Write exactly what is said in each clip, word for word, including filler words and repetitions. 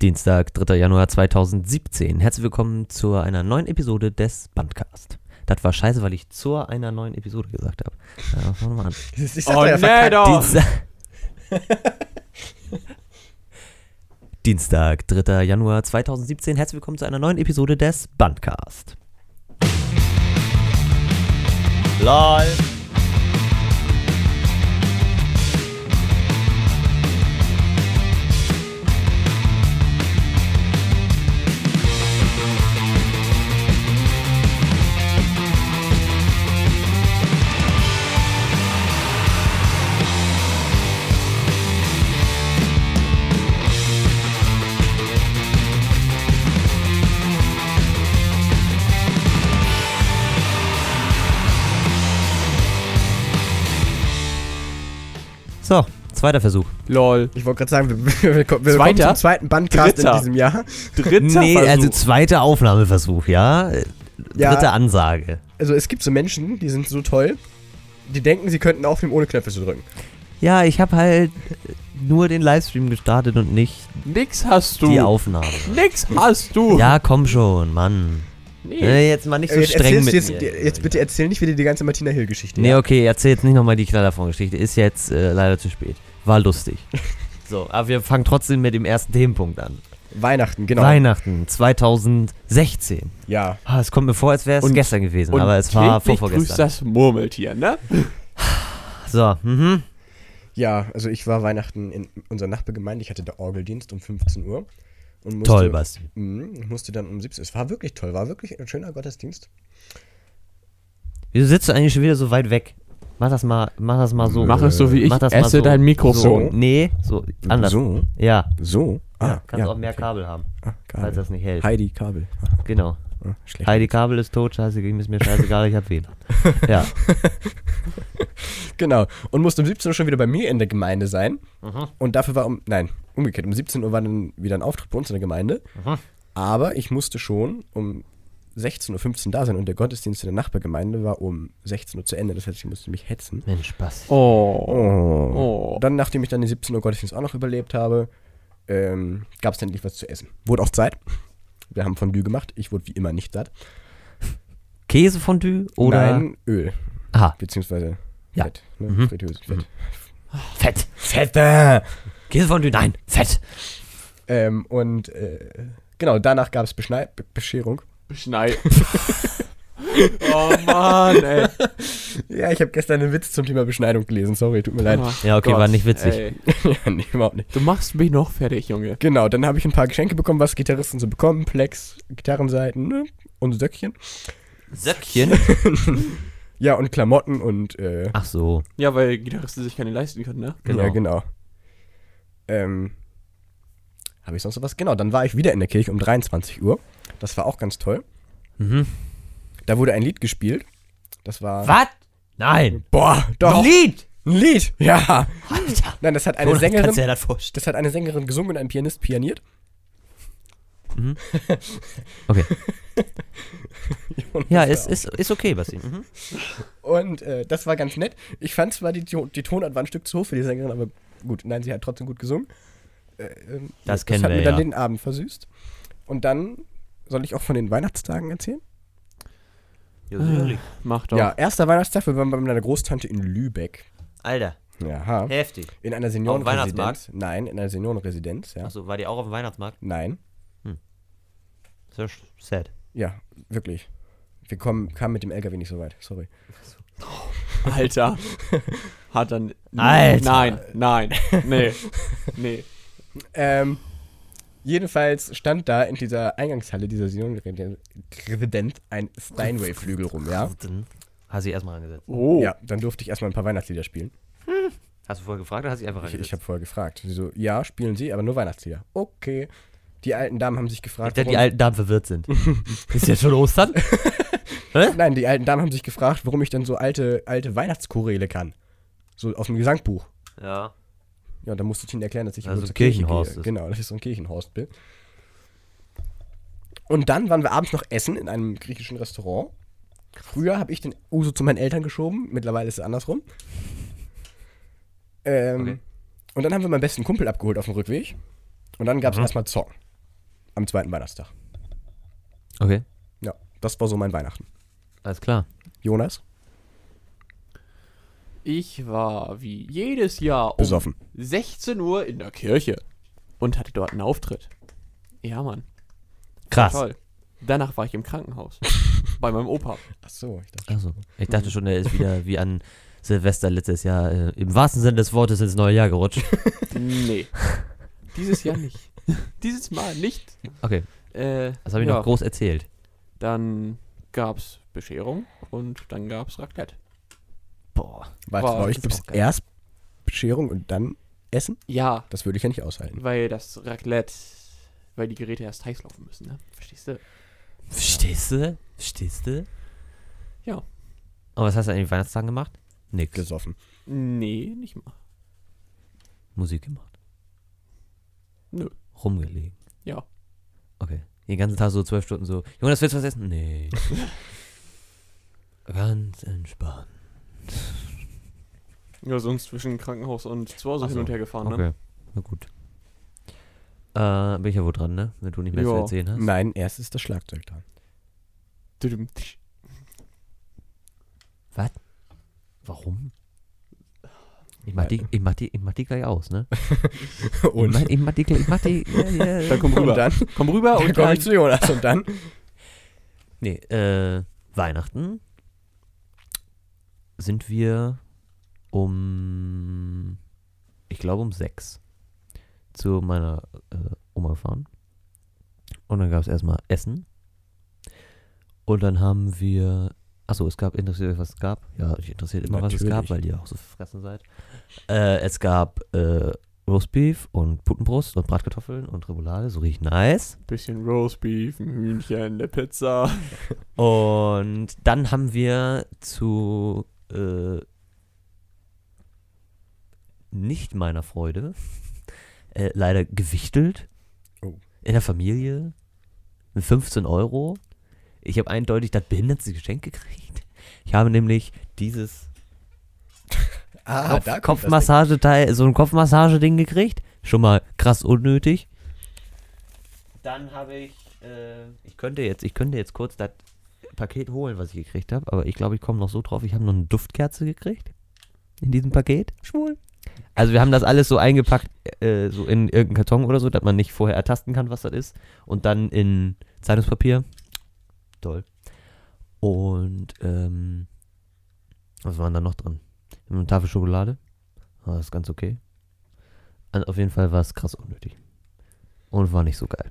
Dienstag, dritter Januar zweitausendsiebzehn. Herzlich willkommen zu einer neuen Episode des Bandcast. Das war scheiße, weil ich zu einer neuen Episode gesagt habe. Ja, fangen wir mal an. Ich oh, ja nee, doch. Dienstag, Dienstag, dritter Januar zweitausendsiebzehn. Herzlich willkommen zu einer neuen Episode des Bandcast. LOL. So, zweiter Versuch. Lol. Ich wollte gerade sagen, wir, wir, wir kommen zum zweiten Bandcast Dritter. in diesem Jahr. Dritter nee, Versuch. Also zweiter Aufnahmeversuch, ja? ja? Dritte Ansage. Also es gibt so Menschen, die sind so toll, die denken, sie könnten aufnehmen, ohne Knöpfe zu drücken. Ja, ich habe halt nur den Livestream gestartet und nicht Nix hast du. die Aufnahme. Nix hast du. Ja, komm schon, Mann. Nee. Jetzt mal nicht so jetzt streng mit jetzt, mir. Jetzt bitte erzähl nicht wieder die ganze Martina Hill-Geschichte. Nee, ja? okay, erzähl jetzt nicht nochmal die Knallerfrauen-Geschichte. Ist jetzt äh, leider zu spät. War lustig. So, aber wir fangen trotzdem mit dem ersten Themenpunkt an. Weihnachten, genau. Weihnachten zweitausendsechzehn. Ja. Ah, es kommt mir vor, als wäre es gestern gewesen, und aber es war vorvorgestern. Grüßt das Murmeltier, ne? So, mhm. Ja, also ich war Weihnachten in unserer Nachbargemeinde. Ich hatte da Orgeldienst um fünfzehn Uhr. Und musste, toll, Basti. Mh, musste dann um siebzehn Uhr. Es war wirklich toll, war wirklich ein schöner Gottesdienst. Wieso sitzt du eigentlich schon wieder so weit weg? Mach das mal, mach das mal so. Mach es so wie ich, esse so, dein Mikrofon. So. Nee, so anders. So? Ja. So? Ah, ja, kannst ja, auch mehr okay. Kabel haben, ah, Kabel. falls das nicht hält. Heidi Kabel. Genau. Ah, schlecht. Heidi Kabel ist tot, scheiße, ist mir scheißegal, ich hab W L A N. Ja. Genau. Und musste um siebzehn Uhr schon wieder bei mir in der Gemeinde sein. Mhm. Und dafür war um, nein, umgekehrt, um siebzehn Uhr war dann wieder ein Auftritt bei uns in der Gemeinde. Mhm. Aber ich musste schon um sechzehn Uhr fünfzehn da sein und der Gottesdienst in der Nachbargemeinde war um sechzehn Uhr zu Ende. Das heißt, ich musste mich hetzen. Mensch, Spaß. Oh. Oh. oh. Dann, nachdem ich dann den siebzehn Uhr Gottesdienst auch noch überlebt habe, ähm, gab es dann endlich was zu essen. Wurde auch Zeit. Wir haben Fondue gemacht. Ich wurde wie immer nicht satt. Käsefondue oder? Nein, Öl. Aha. Beziehungsweise Ja. Fett. Ne? Mhm. Fritteuse, Fett. Mhm. Fett. Fette! Käsefondue, nein, Fett. Ähm, und äh, genau, danach gab es Beschnei- Be- Bescherung. Beschnei. Oh Mann, ey. Ja, ich habe gestern einen Witz zum Thema Beschneidung gelesen. Sorry, tut mir leid. Ach Ja, okay, Gott, war nicht witzig. Ey. Ja, nee, überhaupt nicht. Du machst mich noch fertig, Junge. Genau, dann habe ich ein paar Geschenke bekommen, was Gitarristen so bekommen. Plex, Gitarrenseiten, ne? Und Söckchen. Söckchen? Ja, und Klamotten und äh, Ach so. Ja, weil Gitarristen sich keine leisten können, ne? Genau. Ja, genau. Ähm, habe ich sonst noch was? Genau, dann war ich wieder in der Kirche um dreiundzwanzig Uhr. Das war auch ganz toll. Mhm. Da wurde ein Lied gespielt. Das war... Was? Nein. Boah, doch. Ein Lied? Ein Lied, ja. Alter. Nein, das hat eine Jonas, Sängerin... kannst du dir das vorstellen? Das hat eine Sängerin gesungen und ein Pianist pianiert. Mhm. Okay. Und Ja, das ist, war ist, ist okay, Basti. Mhm. Und äh, das war ganz nett. Ich fand zwar, die, die Tonart war ein Stück zu hoch für die Sängerin, aber gut, nein, sie hat trotzdem gut gesungen. Äh, ähm, Das kennen hat wir, mir dann ja. den Abend versüßt. Und dann soll ich auch von den Weihnachtstagen erzählen? Ja, sicherlich. Mach doch. Ja, erster Weihnachtstag, wir waren bei meiner Großtante in Lübeck. Alter, Jaha. heftig. In einer Auf dem Seniorenresidenz. Weihnachtsmarkt? Nein, in einer Seniorenresidenz, ja. Achso, war die auch auf dem Weihnachtsmarkt? Nein. Das ist sad. Ja, wirklich. Wir kommen, kamen mit dem L K W nicht so weit, sorry. Alter. Hat dann... Alter. Nein, nein, nee, nee. Ähm, jedenfalls stand da in dieser Eingangshalle dieser Seniorenresidenz ein Steinway-Flügel rum, ja. Hast du erstmal angesetzt? Oh. Ja, dann durfte ich erstmal ein paar Weihnachtslieder spielen. Hast du vorher gefragt oder hast du einfach Ich, angesetzt? ich habe vorher gefragt. Sie so, ja, spielen Sie, aber nur Weihnachtslieder. Okay. Die alten Damen haben sich Ich gefragt, dachte, die alten Damen verwirrt sind. Ist jetzt schon Ostern? Hä? Nein, die alten Damen haben sich gefragt, warum ich dann so alte, alte Weihnachtschoräle kann. So aus dem Gesangbuch. Ja. Ja, da musste ich ihnen erklären, dass ich Also immer zur Kirchenhorst Kirche ist. gehe. Genau, dass ich so ein Kirchenhorst bin. Und dann waren wir abends noch essen in einem griechischen Restaurant. Früher habe ich den Uso zu meinen Eltern geschoben, mittlerweile ist es andersrum. Ähm, Okay. Und dann haben wir meinen besten Kumpel abgeholt auf dem Rückweg. Und dann gab es Mhm. erstmal Zocken. am zweiten Weihnachtstag. Okay, Ja, das war so mein Weihnachten. alles klar. Jonas? Ich war wie jedes Jahr um Besoffen. sechzehn Uhr in der Kirche und hatte dort einen Auftritt. Ja, Mann. Krass. Toll. Danach war ich im Krankenhaus. bei meinem Opa. Ach so, ich dachte. Also, ich dachte schon, er ist wieder wie an Silvester letztes Jahr äh, im wahrsten Sinne des Wortes ins neue Jahr gerutscht. Nee. Dieses Jahr nicht. Dieses Mal nicht. Okay, Äh, das habe ich ja. noch groß erzählt. Dann gab's Bescherung und dann gab's Raclette. Boah. Warte, War- bei euch ist gibt es auch geil. erst Bescherung und dann Essen? Ja, Das würde ich ja nicht aushalten. weil das Raclette, weil die Geräte erst heiß laufen müssen, ne? Verstehst du? Verstehst du? Verstehst du? Ja. Aber was hast du an den Weihnachtstagen gemacht? Nix. Gesoffen. Nee, nicht mal. Musik gemacht. Nö. Rumgelegen. Ja. Okay. Den ganzen Tag so zwölf Stunden so, Jonas, willst du was essen? Nee. Ganz entspannt. Ja, sonst zwischen Krankenhaus und zu Hause Ach hin so, und her gefahren, Okay, ne? na gut. Äh, bin ich ja wohl dran, ne? Wenn du nicht mehr zu Ja. erzählen hast. Nein, erst ist das Schlagzeug dran. Düdüm. Warum? Ich mach, die, ich, mach die, ich mach die gleich aus, ne? Und, Ich mach, ich mach die, ich mach die, ja, ja. Dann komm und rüber. dann, Komm rüber dann und komme dann ich zu Jonas und dann. Nee, äh, Weihnachten sind wir um, ich glaube um sechs zu meiner äh, Oma gefahren. Und dann gab es erstmal Essen. Und dann haben wir, achso, es gab, interessiert euch, was es gab? Ja, euch interessiert immer, was es Natürlich. gab, weil ihr auch so verfressen seid. Äh, es gab äh, Roastbeef und Putenbrust und Bratkartoffeln und Remoulade, so richtig nice. bisschen Roastbeef, ein Hühnchen, eine Pizza. Und dann haben wir zu äh, nicht meiner Freude äh, leider gewichtelt. Oh. In der Familie mit fünfzehn Euro. Ich habe eindeutig das behindertste Geschenk gekriegt. Ich habe nämlich dieses Ah, Kopf, da kommt das Kopfmassageteil, so ein Kopfmassageding gekriegt. Schon mal krass unnötig. Dann habe ich, äh, ich könnte jetzt, ich könnte jetzt kurz das Paket holen, was ich gekriegt habe, aber ich glaube, ich komme noch so drauf. Ich habe noch eine Duftkerze gekriegt in diesem Paket. Schwul. Also wir haben das alles so eingepackt, äh, so in irgendeinen Karton oder so, dass man nicht vorher ertasten kann, was das ist. Und dann in Zeitungspapier. Toll. Und, ähm, was war denn da noch drin? Eine Tafel Schokolade. Ah, das ist ganz okay. Also auf jeden Fall war es krass unnötig. Und war nicht so geil.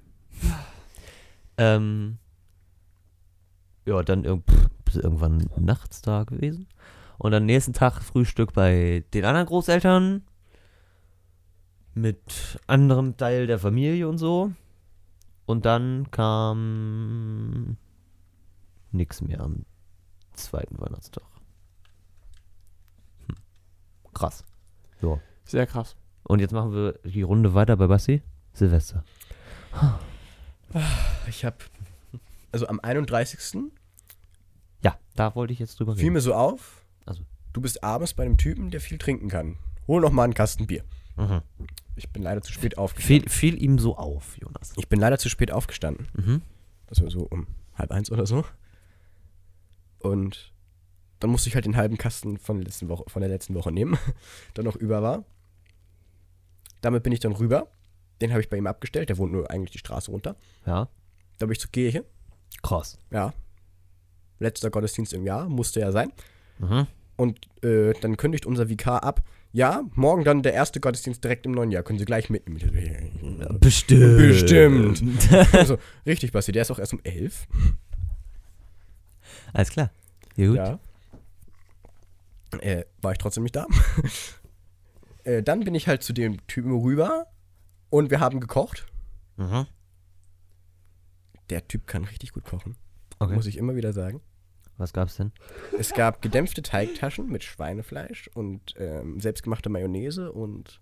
ähm, ja, dann irg pff, bis irgendwann nachts da gewesen. Und dann nächsten Tag Frühstück bei den anderen Großeltern. Mit anderem Teil der Familie und so. Und dann kam nix mehr am zweiten Weihnachtstag. Hm. Krass. So. Sehr krass. Und jetzt machen wir die Runde weiter bei Basti. Silvester. Ich habe, also am einunddreißigsten Ja, da wollte ich jetzt drüber fiel reden. mir so auf, Also. du bist abends bei einem Typen, der viel trinken kann. Hol noch mal einen Kasten Bier. Mhm. Ich bin leider zu spät aufgestanden. Fiel, fiel ihm so auf, Jonas. Ich bin leider zu spät aufgestanden. Mhm. Also so um halb eins oder so. Und dann musste ich halt den halben Kasten von der letzten Woche, von der letzten Woche nehmen, der noch über war. Damit bin ich dann rüber. Den habe ich bei ihm abgestellt. Der wohnt nur eigentlich die Straße runter. Ja. Da bin ich zur Kirche. Krass. Ja. Letzter Gottesdienst im Jahr. Musste ja sein. Mhm. Und äh, dann kündigt unser Vikar ab. Ja, morgen dann der erste Gottesdienst direkt im neuen Jahr. Können Sie gleich mitnehmen. Bestimmt. Bestimmt. Also, richtig, Basti. Der ist auch erst um elf. Alles klar. Ja, gut. Ja. Äh, war ich trotzdem nicht da. äh, dann bin ich halt zu dem Typen rüber und wir haben gekocht. Mhm. Der Typ kann richtig gut kochen, Okay. muss ich immer wieder sagen. Was gab's denn? Es gab gedämpfte Teigtaschen mit Schweinefleisch und ähm, selbstgemachte Mayonnaise und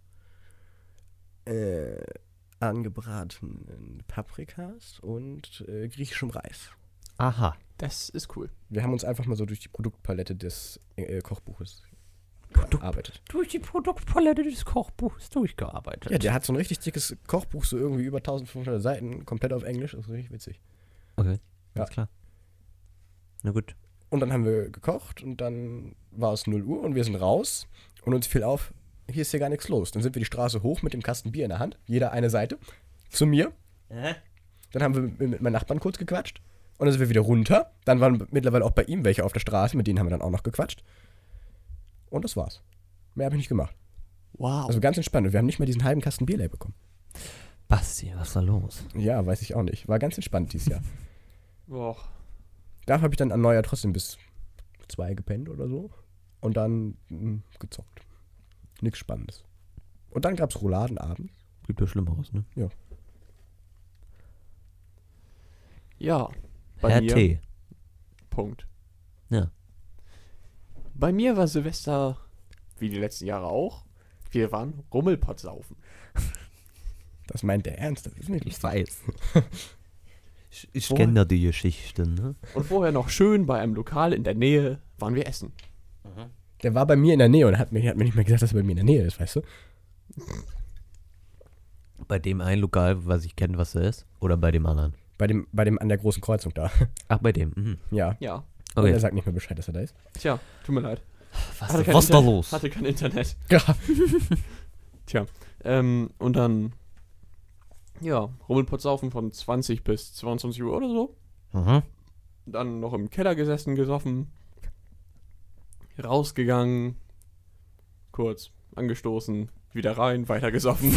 äh, angebratenen Paprikas und äh, griechischem Reis. Aha. Das ist cool. Wir haben uns einfach mal so durch die Produktpalette des äh, Kochbuches durchgearbeitet. Durch die Produktpalette des Kochbuchs durchgearbeitet. Ja, der hat so ein richtig dickes Kochbuch, so irgendwie über eintausendfünfhundert Seiten, komplett auf Englisch. Das ist richtig witzig. Okay, Ja. alles klar. Na gut. Und dann haben wir gekocht und dann war es null Uhr und wir sind raus und uns fiel auf, hier ist hier gar nichts los. Dann sind wir die Straße hoch mit dem Kasten Bier in der Hand, jeder eine Seite, zu mir. Äh? Dann haben wir mit, mit meinen Nachbarn kurz gequatscht und dann sind wir wieder runter. Dann waren mittlerweile auch bei ihm welche auf der Straße, mit denen haben wir dann auch noch gequatscht. Und das war's. Mehr habe ich nicht gemacht. Wow. Also ganz entspannt. Und wir haben nicht mal diesen halben Kasten Bier leer bekommen. Basti, was war los? Ja, weiß ich auch nicht. War ganz entspannt dieses Jahr. Boah. Da habe ich dann an Neujahr trotzdem bis zwei gepennt oder so. Und dann mh, gezockt. Nichts Spannendes. Und dann gab's Rouladen abends. Gibt ja Schlimmeres, ne? Ja. Bei Herr mir. T. Punkt. Ja. Bei mir war Silvester, wie die letzten Jahre auch, wir waren Rummelpott saufen. Das meint der ernst. Das ist nicht lustig. weiß. ich ich Woher? kenne da die Geschichten, ne? Und vorher noch schön bei einem Lokal in der Nähe waren wir essen. Der war bei mir in der Nähe und hat mir, hat mir nicht mehr gesagt, dass er bei mir in der Nähe ist, weißt du? Bei dem einen Lokal, was ich kenne, was er ist? Oder bei dem anderen? Bei dem, bei dem an der großen Kreuzung da. Ach, bei dem. Mhm. Ja. Ja. Und Okay. er sagt nicht mehr Bescheid, dass er da ist. Tja, tut mir leid. Was, Hatte kein was da Inter- los? Hatte kein Internet. Ja. Tja. Ähm, und dann, ja, Rummelpott saufen von zwanzig bis zweiundzwanzig Uhr oder so. Mhm. Dann noch im Keller gesessen, gesoffen. Rausgegangen. Kurz angestoßen. Wieder rein, weiter gesoffen.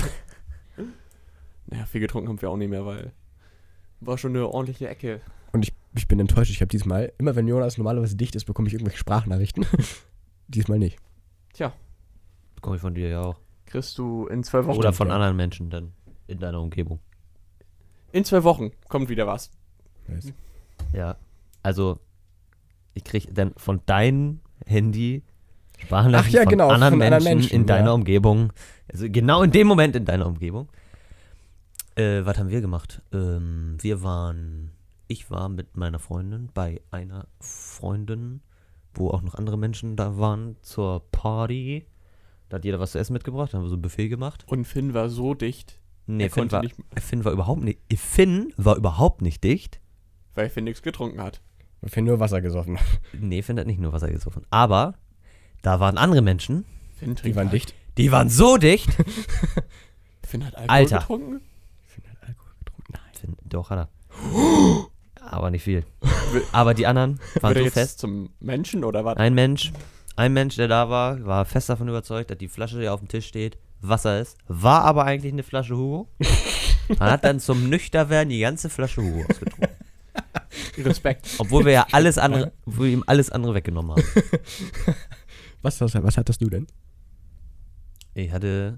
Naja, viel getrunken haben wir auch nicht mehr, weil war schon eine ordentliche Ecke. Und ich, ich bin enttäuscht. Ich habe diesmal, immer wenn Jonas normalerweise dicht ist, bekomme ich irgendwelche Sprachnachrichten. Diesmal nicht. Tja, Komme ich von dir ja auch. kriegst du in zwei Wochen. Oder von ja. anderen Menschen dann in deiner Umgebung. In zwei Wochen kommt wieder was. Weiß. Ja. Also, ich krieg dann von deinem Handy Sprachnachrichten Ach ja, von genau, anderen, von Menschen anderen Menschen, in deiner ja. Umgebung. Also genau in dem Moment in deiner Umgebung. Äh, was haben wir gemacht? Ähm, wir waren, ich war mit meiner Freundin bei einer Freundin, wo auch noch andere Menschen da waren, zur Party. Da hat jeder was zu essen mitgebracht, da haben wir so ein Buffet gemacht. Und Finn war so dicht, Nee, Er Finn konnte war, nicht- Finn war überhaupt nicht, Finn war überhaupt nicht dicht. weil Finn nichts getrunken hat. Weil wir nur Wasser gesoffen. Nee, Finn hat nicht nur Wasser gesoffen. Aber da waren andere Menschen, Finn Die trinkt waren Al- dicht. die waren so dicht. Finn hat Alkohol Alter. getrunken? Ich finde halt Alkohol getrunken. Nein. Finn, doch, hat er. Aber nicht viel. Aber die anderen waren Wird er so jetzt fest. zum Menschen oder was? Ein Mensch, ein Mensch, der da war, war fest davon überzeugt, dass die Flasche, die auf dem Tisch steht, Wasser ist. War aber eigentlich eine Flasche Hugo. Man hat dann zum Nüchterwerden die ganze Flasche Hugo ausgetrunken. Respekt. Obwohl wir ja alles andere, obwohl wir ihm alles andere weggenommen haben. Was, was, was hattest du denn? Ich hatte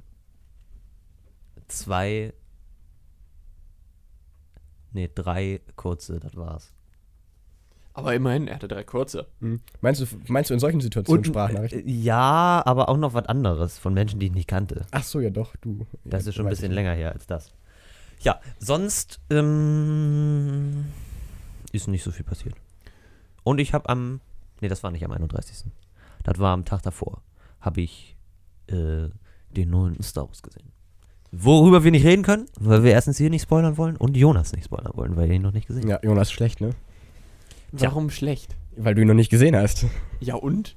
zwei, nee, drei kurze, das war's. Aber immerhin, er hatte drei kurze. Hm. Meinst, du, meinst du in solchen Situationen Sprachnachrichten? äh, ja, aber auch noch was anderes von Menschen, die ich nicht kannte. Ach so, ja doch, du. Das ja, ist schon ein weiß bisschen ich. länger her als das. Ja, sonst ähm, ist nicht so viel passiert. Und ich habe am, nee, das war nicht am einunddreißigsten Das war am Tag davor, habe ich äh, den neuen Star Wars gesehen. Worüber wir nicht reden können, weil wir erstens hier nicht spoilern wollen und Jonas nicht spoilern wollen, weil er ihn noch nicht gesehen hat. Ja, Jonas, schlecht, ne? Tja. Warum schlecht? Weil du ihn noch nicht gesehen hast. Ja und?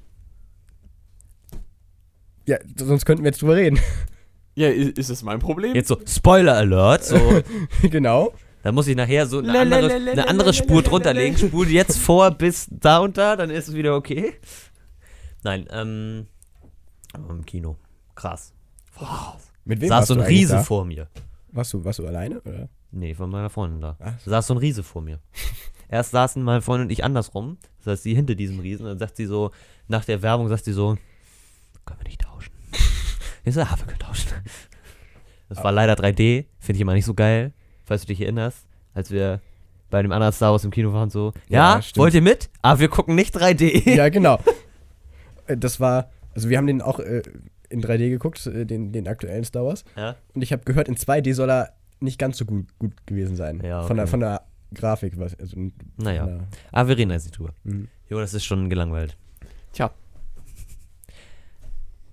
Ja, sonst könnten wir jetzt drüber reden. Ja, i- ist das mein Problem? Jetzt so, Spoiler Alert, so, Genau. da muss ich nachher so eine Lalalala, andere, eine andere Spur drunter legen, spul jetzt vor bis da und da, dann ist es wieder okay. Nein, ähm, aber im Kino, krass. Wow. Mit wem Saß warst so ein du eigentlich Riese da? vor mir. Warst du, warst du alleine? Oder? Nee, von meiner Freundin da. Ach. Saß so ein Riese vor mir. Erst saßen meine Freundin und ich andersrum. Das heißt, sie hinter diesem Riesen. Dann sagt sie so, nach der Werbung sagt sie so, können wir nicht tauschen? Ich so, ja, wir können tauschen. Das war leider drei D. Finde ich immer nicht so geil. Falls du dich erinnerst, als wir bei dem anderen Star Wars im Kino waren, so, ja, Ja, stimmt. wollt ihr mit? Aber wir gucken nicht drei D. Ja, genau. Äh, Das war, also wir haben den auch äh, in drei D geguckt, äh, den, den aktuellen Star Wars. Ja? Und ich habe gehört, in zwei D soll er nicht ganz so gut, gut gewesen sein. Ja, Von, der, okay. von der Grafik. Was, also, von Naja. der- Aber wir reden jetzt nicht drüber. Mhm. Jo, das ist schon gelangweilt. Tja,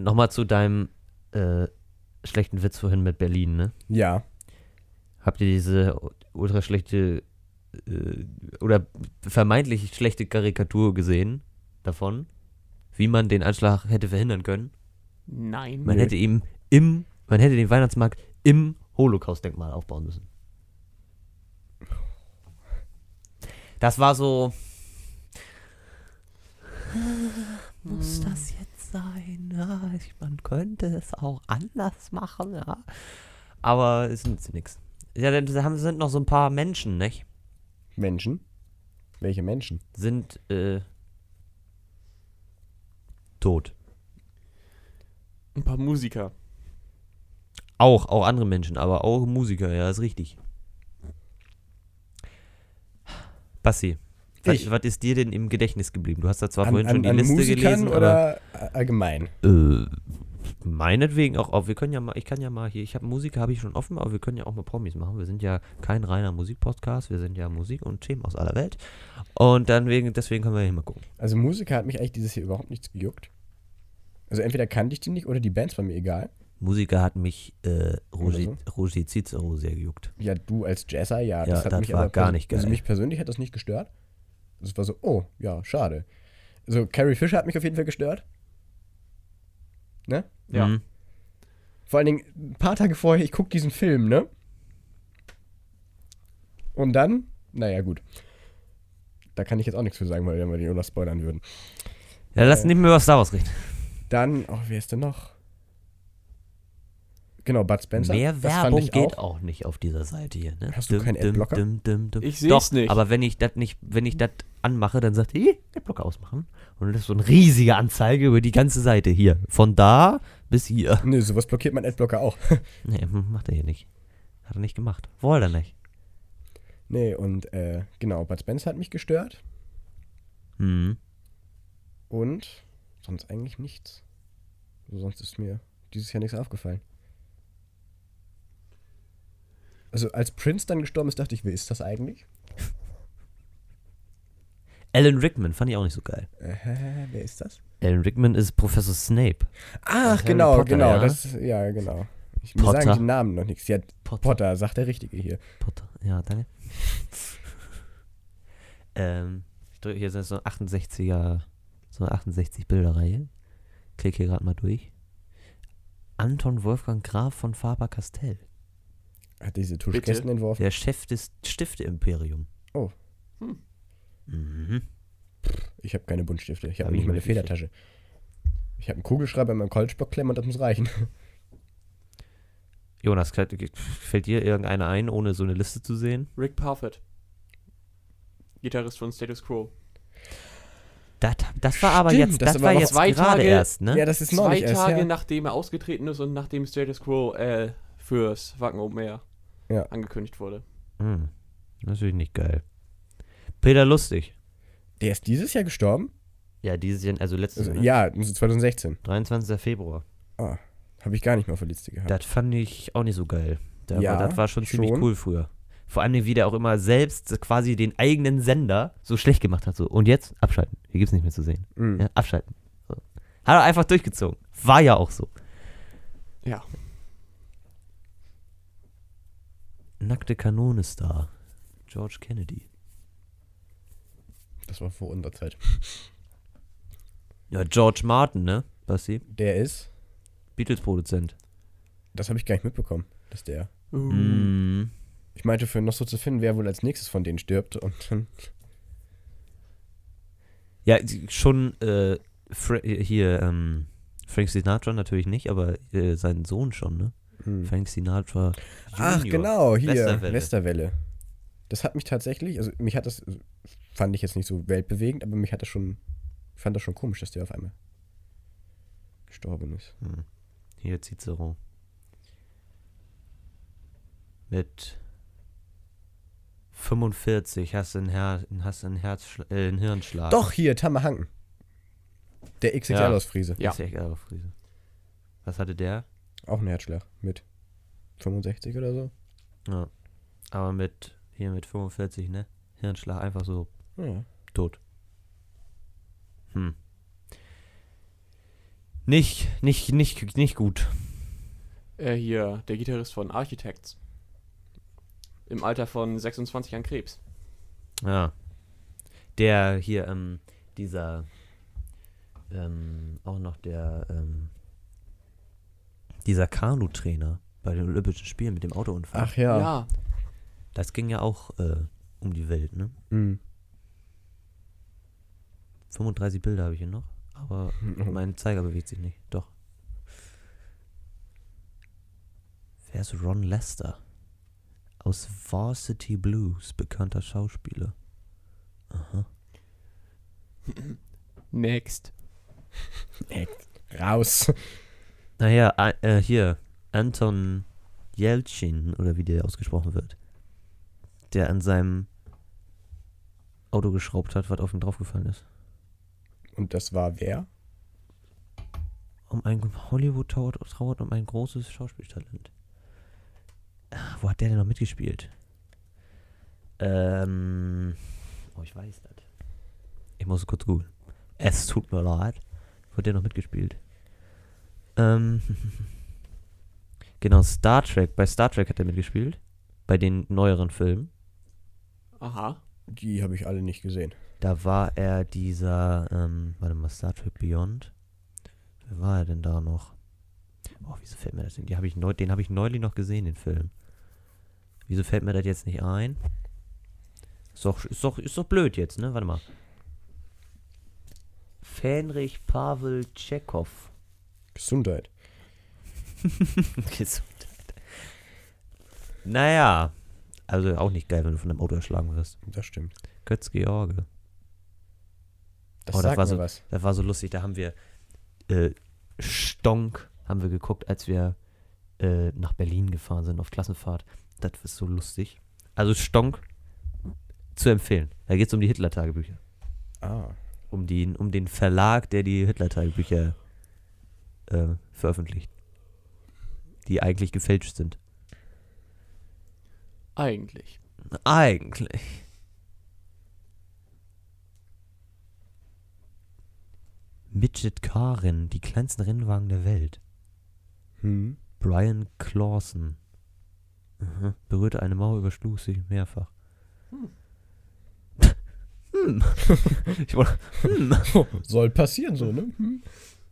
nochmal zu deinem äh, schlechten Witz vorhin mit Berlin, ne? Ja. Habt ihr diese ultra schlechte äh, oder vermeintlich schlechte Karikatur gesehen davon, wie man den Anschlag hätte verhindern können? Nein. Man Nö. hätte ihm im, man hätte den Weihnachtsmarkt im Holocaust-Denkmal aufbauen müssen. Das war so. Muss das jetzt sein? Ja, ich, man könnte es auch anders machen, ja. Aber es ist nichts. Ja, denn da haben- sind noch so ein paar Menschen, nicht? Menschen? Welche Menschen? Sind äh, tot. Ein paar Musiker. Auch, auch andere Menschen, aber auch Musiker, ja, ist richtig. Basti, was, Ich. was ist dir denn im Gedächtnis geblieben? Du hast da zwar An, vorhin schon an, die an Liste Musikern gelesen, aber oder allgemein? äh, meinetwegen auch, auch, wir können ja mal, ich kann ja mal hier, ich habe Musiker, habe ich schon offen, aber wir können ja auch mal Promis machen. Wir sind ja kein reiner Musikpodcast, wir sind ja Musik und Themen aus aller Welt. Und dann wegen, deswegen können wir hier mal gucken. Also Musiker hat mich eigentlich dieses Jahr überhaupt nichts gejuckt. Also entweder kannte ich die nicht oder die Bands war mir egal. Musiker hat mich äh, Roger, Oder Roger Cicero sehr gejuckt. Ja, du als Jazzer, ja. Ja, das hat das mich war aber gar pers- nicht Also geil. mich persönlich hat das nicht gestört. Das war so, oh, ja, schade. Also Carrie Fisher hat mich auf jeden Fall gestört. Ne? Ja. Mhm. Vor allen Dingen ein paar Tage vorher, ich gucke diesen Film, ne? Und dann, naja, gut. Da kann ich jetzt auch nichts für sagen, weil wir den auch noch spoilern würden. Ja, lass Äh. nicht mehr über Star Wars reden. Dann, oh, wer ist denn noch? Genau, Bud Spencer. Mehr Das fand Werbung ich geht auch. auch nicht auf dieser Seite hier. Ne? Hast du keinen Adblocker? Dum, dum, dum. Ich seh's Doch, nicht. aber wenn ich das nicht, wenn ich das anmache, dann sagt er, Adblocker ausmachen. Und das ist so eine riesige Anzeige über die ganze Seite hier. Von da bis hier. Nö, sowas blockiert mein Adblocker auch. Nee, macht er hier nicht. Hat er nicht gemacht. Wollte er nicht. Nee, und äh, genau, Bud Spencer hat mich gestört. Hm. Und sonst eigentlich nichts. Also sonst ist mir dieses Jahr nichts aufgefallen. Also als Prince dann gestorben ist, dachte ich, wer ist das eigentlich? Alan Rickman fand ich auch nicht so geil. Äh, wer ist das? Alan Rickman ist Professor Snape. Ach, Harry genau, Potter, genau. ja? Das, ja, genau. Ich mir Potter? sagen die Namen noch nichts. Ja, Potter. Potter, sagt der Richtige hier. Potter. Ja, danke. ähm, ich drücke hier so eine achtundsechziger, so eine achtundsechzig Bilderreihe. Klick hier gerade mal durch. Anton Wolfgang Graf von Faber-Castell. Hat diese Tuschkästen entworfen. Der Chef des Stifte-Imperium. Oh. Hm. Mhm. Ich habe keine Buntstifte. Ich habe Hab nicht ich mal eine nicht. Federtasche. Ich habe einen Kugelschreiber in meinem College-Block klemmen und das muss reichen. Jonas, fällt dir irgendeiner ein, ohne so eine Liste zu sehen? Rick Parfitt. Gitarrist von Status Quo. Das, das war aber Stimmt, jetzt, das das war war noch jetzt zwei gerade Tage- erst, ne? Ja, das ist Zwei neulich erst, Tage ja. nachdem er ausgetreten ist und nachdem Status Quo äh, fürs Wacken Open Air Ja. angekündigt wurde. Hm, natürlich nicht geil. Peter Lustig. Der ist dieses Jahr gestorben? Ja, dieses Jahr, also letztes Also, Jahr, ja, ne? zwanzig sechzehn. dreiundzwanzigster Februar. Ah, habe ich gar nicht mal auf der Liste gehabt. Das fand ich auch nicht so geil. Da Ja, war, das war schon ziemlich schon. cool früher. Vor allem, wie der auch immer selbst quasi den eigenen Sender so schlecht gemacht hat. So, und jetzt abschalten. Hier gibt's nicht mehr zu sehen. Mhm. Ja, abschalten. So. Hat er einfach durchgezogen. War ja auch so. Ja. Nackte Kanone Star. George Kennedy. Das war vor unserer Zeit. Ja, George Martin, ne? Basti? Der ist, Beatles-Produzent. das habe ich gar nicht mitbekommen, dass der. Uh. Mm. Ich meinte für noch so zu finden, wer wohl als nächstes von denen stirbt. Und dann, Ja, schon äh, Fra hier, ähm, Frank Sinatra natürlich nicht, aber äh, sein Sohn schon, ne? hm. Frank Sinatra Ach, Junior. genau, hier, Westerwelle. Westerwelle. Das hat mich tatsächlich, also mich hat das, fand ich jetzt nicht so weltbewegend, aber mich hat das schon, ich fand das schon komisch, dass der auf einmal gestorben ist. Hm. Hier Cicero. Mit fünfundvierzig hast du einen, Her hast du einen, Herzschla äh, einen Hirnschlag. Doch, hier, Tamme Hanken. Der X X L Ja. aus Friese. Ja. Ist ja egal, Friese. Was hatte der? Auch ein Herzschlag mit fünfundsechzig oder so. Ja. Aber mit, hier mit fünfundvierzig, ne? Hirnschlag einfach so Ja. tot. Hm. Nicht, nicht, nicht, nicht gut. Äh, hier, der Gitarrist von Architects. Im Alter von sechsundzwanzig an Krebs. Ja. Der hier, ähm, dieser, ähm, auch noch der, ähm, dieser Kanu-Trainer bei den Olympischen Spielen mit dem Autounfall. Ach ja. Ja. Das ging ja auch äh, um die Welt, ne? Mhm. fünfunddreißig Bilder habe ich hier noch, aber Mhm. mein Zeiger bewegt sich nicht. Doch. Wer ist Ron Lester? Aus Varsity Blues, bekannter Schauspieler. Aha. Next. Raus. Naja, äh, hier, Anton Yelchin, oder wie der ausgesprochen wird, der an seinem Auto geschraubt hat, was auf ihn draufgefallen ist. Und das war wer? Um ein Hollywood trauert, trauert um ein großes Schauspieltalent. Ah, wo hat der denn noch mitgespielt? Ähm, oh, ich weiß das. Ich muss kurz googeln. Es tut mir leid. Wo hat der noch mitgespielt? Ähm, genau, Star Trek. Bei Star Trek hat er mitgespielt. Bei den neueren Filmen. Aha. Die habe ich alle nicht gesehen. Da war er dieser, ähm, warte mal, Star Trek Beyond. Wer war er denn da noch? Oh, wieso fällt mir das denn? Die hab ich neu, den habe ich neulich noch gesehen, den Film. Wieso fällt mir das jetzt nicht ein? Ist doch, ist doch, ist doch blöd jetzt, ne? Warte mal. Fähnrich Pavel Tschechow. Gesundheit. Gesundheit. Naja. Also auch nicht geil, wenn du von einem Auto erschlagen wirst. Das stimmt. Götz George. Das Oh, das sagt war mir so- was. Das war so lustig, da haben wir äh, Stonk haben wir geguckt, als wir äh, nach Berlin gefahren sind auf Klassenfahrt. Das ist so lustig. Also Stonk zu empfehlen. Da geht es um die Hitler-Tagebücher. Ah. Um, die, um den Verlag, der die Hitler-Tagebücher äh, veröffentlicht. Die eigentlich gefälscht sind. Eigentlich. Eigentlich. Midget Car-Rennen, die kleinsten Rennwagen der Welt. Hm. Brian Clausen. Mhm. Berührte eine Mauer, überschlug sich mehrfach. Hm. Hm. Ich wollte, hm. Soll passieren so, ne? Hm.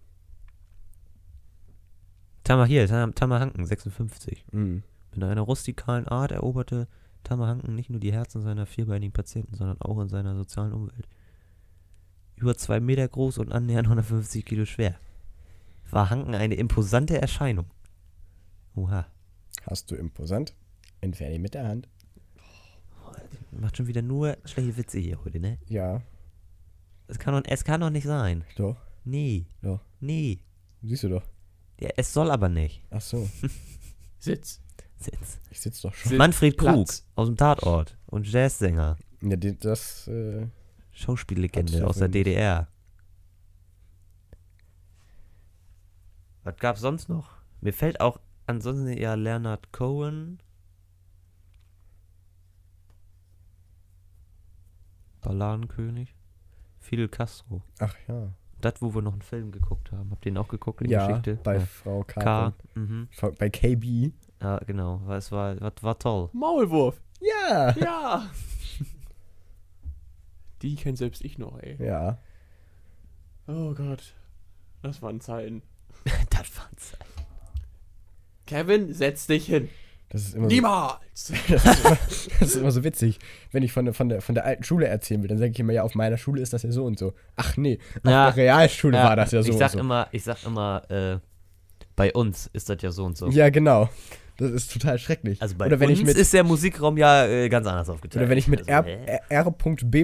Tamar hier, Tam, Tamar Hanken, sechsundfünfzig. Hm. Mit einer rustikalen Art eroberte Tamar Hanken nicht nur die Herzen seiner vierbeinigen Patienten, sondern auch in seiner sozialen Umwelt. Über zwei Meter groß und annähernd hundertfünfzig Kilo schwer. War Hanken eine imposante Erscheinung. Oha. Hast du imposant? Entferne ihn mit der Hand. Macht schon wieder nur schlechte Witze hier heute, ne? Ja, Es kann doch, es kann doch nicht sein. doch. Nee. Doch. Nee. Siehst du doch. Ja, es soll aber nicht. Ach so, Sitz. Sitz. ich sitz doch schon. Sitz. Manfred Krug Platz. aus dem Tatort und Jazzsänger. Ja, die- das, äh, Hat Schauspiellegende sich aus der davon- D D R. Was gab's sonst noch? Mir fällt auch ansonsten eher Leonard Cohen. Balladenkönig. Fidel Castro. ach ja. Das, wo wir noch einen Film geguckt haben. Habt ihr den auch geguckt, die Ja, Geschichte? bei ja. Frau K. K. Mhm. V- Bei K B. Ja, genau. Weil es war, war, war toll. Maulwurf. Ja. Ja. Die kennt selbst ich noch, ey. Ja. Oh Gott. Das waren Zeiten. das war's. Kevin, setz dich hin. Das ist immer so, Niemals. das, ist immer, das ist immer so witzig. Wenn ich von der, von, der, von der alten Schule erzählen will, dann sage ich immer, ja, auf meiner Schule ist das ja so und so. Ach nee, auf Ja. der Realschule war das ja so ich sag und so. immer, ich sag immer, äh, bei uns ist das ja so und so. Ja, genau. Das ist total schrecklich. Also bei oder wenn uns ich mit, ist der Musikraum ja äh, ganz anders aufgeteilt. oder wenn ich mit also, R, hä? R, R.B.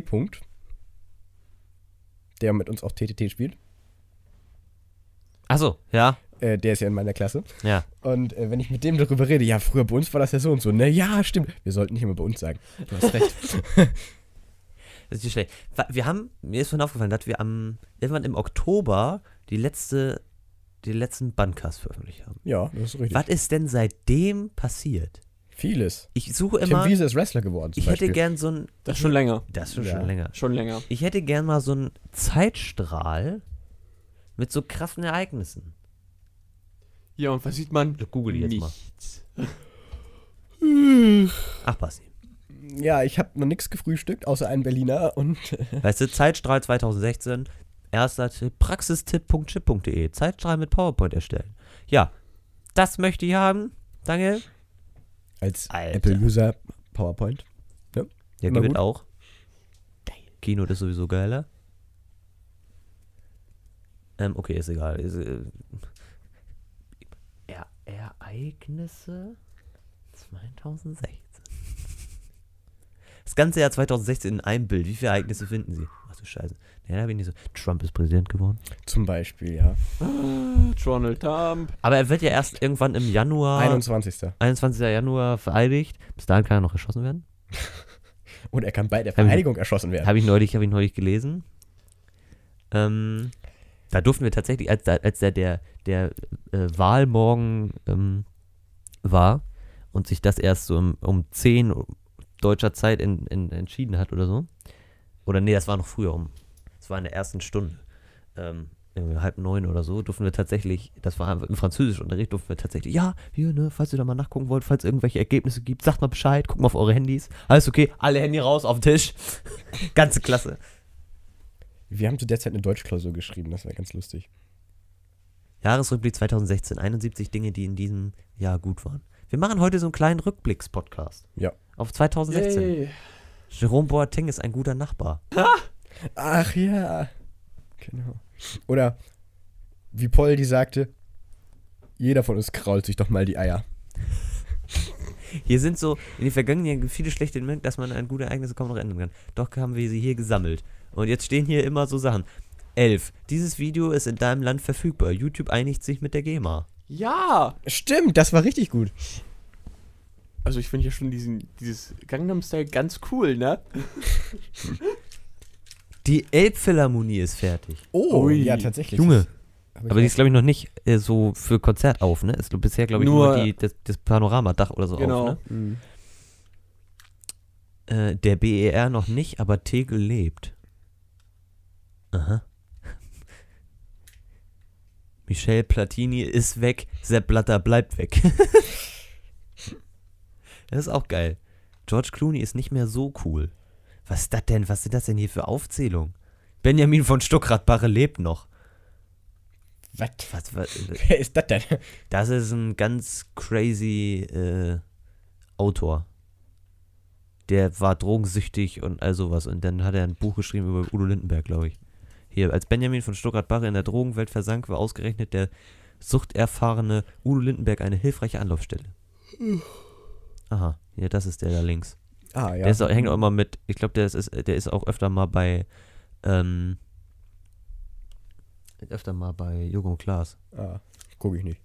der mit uns auch T T T spielt, Achso, ja, äh, der ist ja in meiner Klasse. ja. Und äh, wenn ich mit dem darüber rede, ja, früher bei uns war das ja so und so. Ne, ja, stimmt. Wir sollten nicht immer bei uns sagen. Du hast recht. Das ist nicht schlecht. Wa- Wir haben, mir ist vorhin aufgefallen, dass wir am, irgendwann im Oktober die letzte, die letzten Bandcast veröffentlicht haben. Ja, das ist richtig. Was ist denn seitdem passiert? Vieles. Ich suche Tim immer, Wiese ist Wrestler geworden zum ich Beispiel. hätte gern so ein, Das ist schon länger. das ist schon, Ja. schon länger. Schon länger. Ich hätte gern mal so einen Zeitstrahl, Mit so krassen Ereignissen. Ja, und was sieht man? Ich google die jetzt mal. Nichts. Ach, Basti. Ja, ich habe noch nichts gefrühstückt, außer einen Berliner und Weißt du, Zeitstrahl zwanzig sechzehn, erster Tipp, praxistipp punkt chip punkt de, Zeitstrahl mit PowerPoint erstellen. Ja, das möchte ich haben. Danke. als Alter. Apple-User PowerPoint. Ja, Immer gibt gut. auch. Kino ist sowieso geiler. Ähm, okay, ist egal. Ist, äh, er Ereignisse zwanzig sechzehn. Das ganze Jahr zwanzig sechzehn in einem Bild. Wie viele Ereignisse finden Sie? Ach du Scheiße. Ja, da habe ich nicht so. Trump ist Präsident geworden. Zum Beispiel, ja. Donald Trump. Aber er wird ja erst irgendwann im Januar, einundzwanzigster einundzwanzigsten Januar vereidigt. Bis dahin kann er noch erschossen werden. Und er kann bei der Hab ich- Vereidigung erschossen werden. Habe ich neulich, habe ich neulich gelesen. Ähm, da durften wir tatsächlich, als, da, als der, der, der äh, Wahlmorgen ähm, war und sich das erst so um, um zehn deutscher Zeit in, in, entschieden hat oder so. Oder nee, das war noch früher, um, das war in der ersten Stunde. Ähm, irgendwie halb neun oder so, durften wir tatsächlich, das war im Französischunterricht, durften wir tatsächlich, ja, hier, ne, falls ihr da mal nachgucken wollt, falls es irgendwelche Ergebnisse gibt, sagt mal Bescheid, guckt mal auf eure Handys. Alles okay, alle Handy raus, auf den Tisch. Ganze Klasse. Wir haben zu der Zeit eine Deutschklausur geschrieben, das war ganz lustig. Jahresrückblick zwanzig sechzehn, einundsiebzig Dinge, die in diesem Jahr gut waren. Wir machen heute so einen kleinen Rückblicks-Podcast. Ja. Auf zwanzig sechzehn. Yay. Jerome Boateng ist ein guter Nachbar. Ach ja. Genau. Oder wie Poldi sagte, jeder von uns krault sich doch mal die Eier. Hier sind so in den vergangenen Jahren viele schlechte Momente, dass man an gute Ereignisse kaum noch ändern kann. Doch haben wir sie hier gesammelt. Und jetzt stehen hier immer so Sachen. elf. Dieses Video ist in deinem Land verfügbar. YouTube einigt sich mit der GEMA. Ja. Stimmt, das war richtig gut. Also ich finde ja schon diesen, dieses Gangnam-Style ganz cool, ne? Die Elbphilharmonie ist fertig. Oh, Ui. ja, tatsächlich. Junge. Das hab ich Aber die auch- ist, glaube ich, noch nicht äh, so für Konzert auf, ne? Ist bisher, glaube ich, nur, Nur- die, das, das Panoramadach oder so Genau. auf, Mhm. ne? Äh, der B E R noch nicht, aber Tegel lebt. Aha. Michel Platini ist weg, Sepp Blatter bleibt weg. Das ist auch geil. George Clooney ist nicht mehr so cool. Was ist das denn? Was sind das denn hier für Aufzählungen? Benjamin von Stuckrad-Barre lebt noch. Was? Was, was, Wer ist das denn? das ist ein ganz crazy äh, Autor. Der war drogensüchtig und all sowas. Und dann hat er ein Buch geschrieben über Udo Lindenberg, glaube ich. Hier, als Benjamin von Stuckrad-Barre in der Drogenwelt versank, war ausgerechnet der suchterfahrene Udo Lindenberg eine hilfreiche Anlaufstelle. Aha, ja, das ist der da links. Ah, ja. Der ist auch, hängt auch immer mit, ich glaube, der ist, der ist auch öfter mal bei, ähm, öfter mal bei Jürgen und Klaas. Ah, guck ich nicht.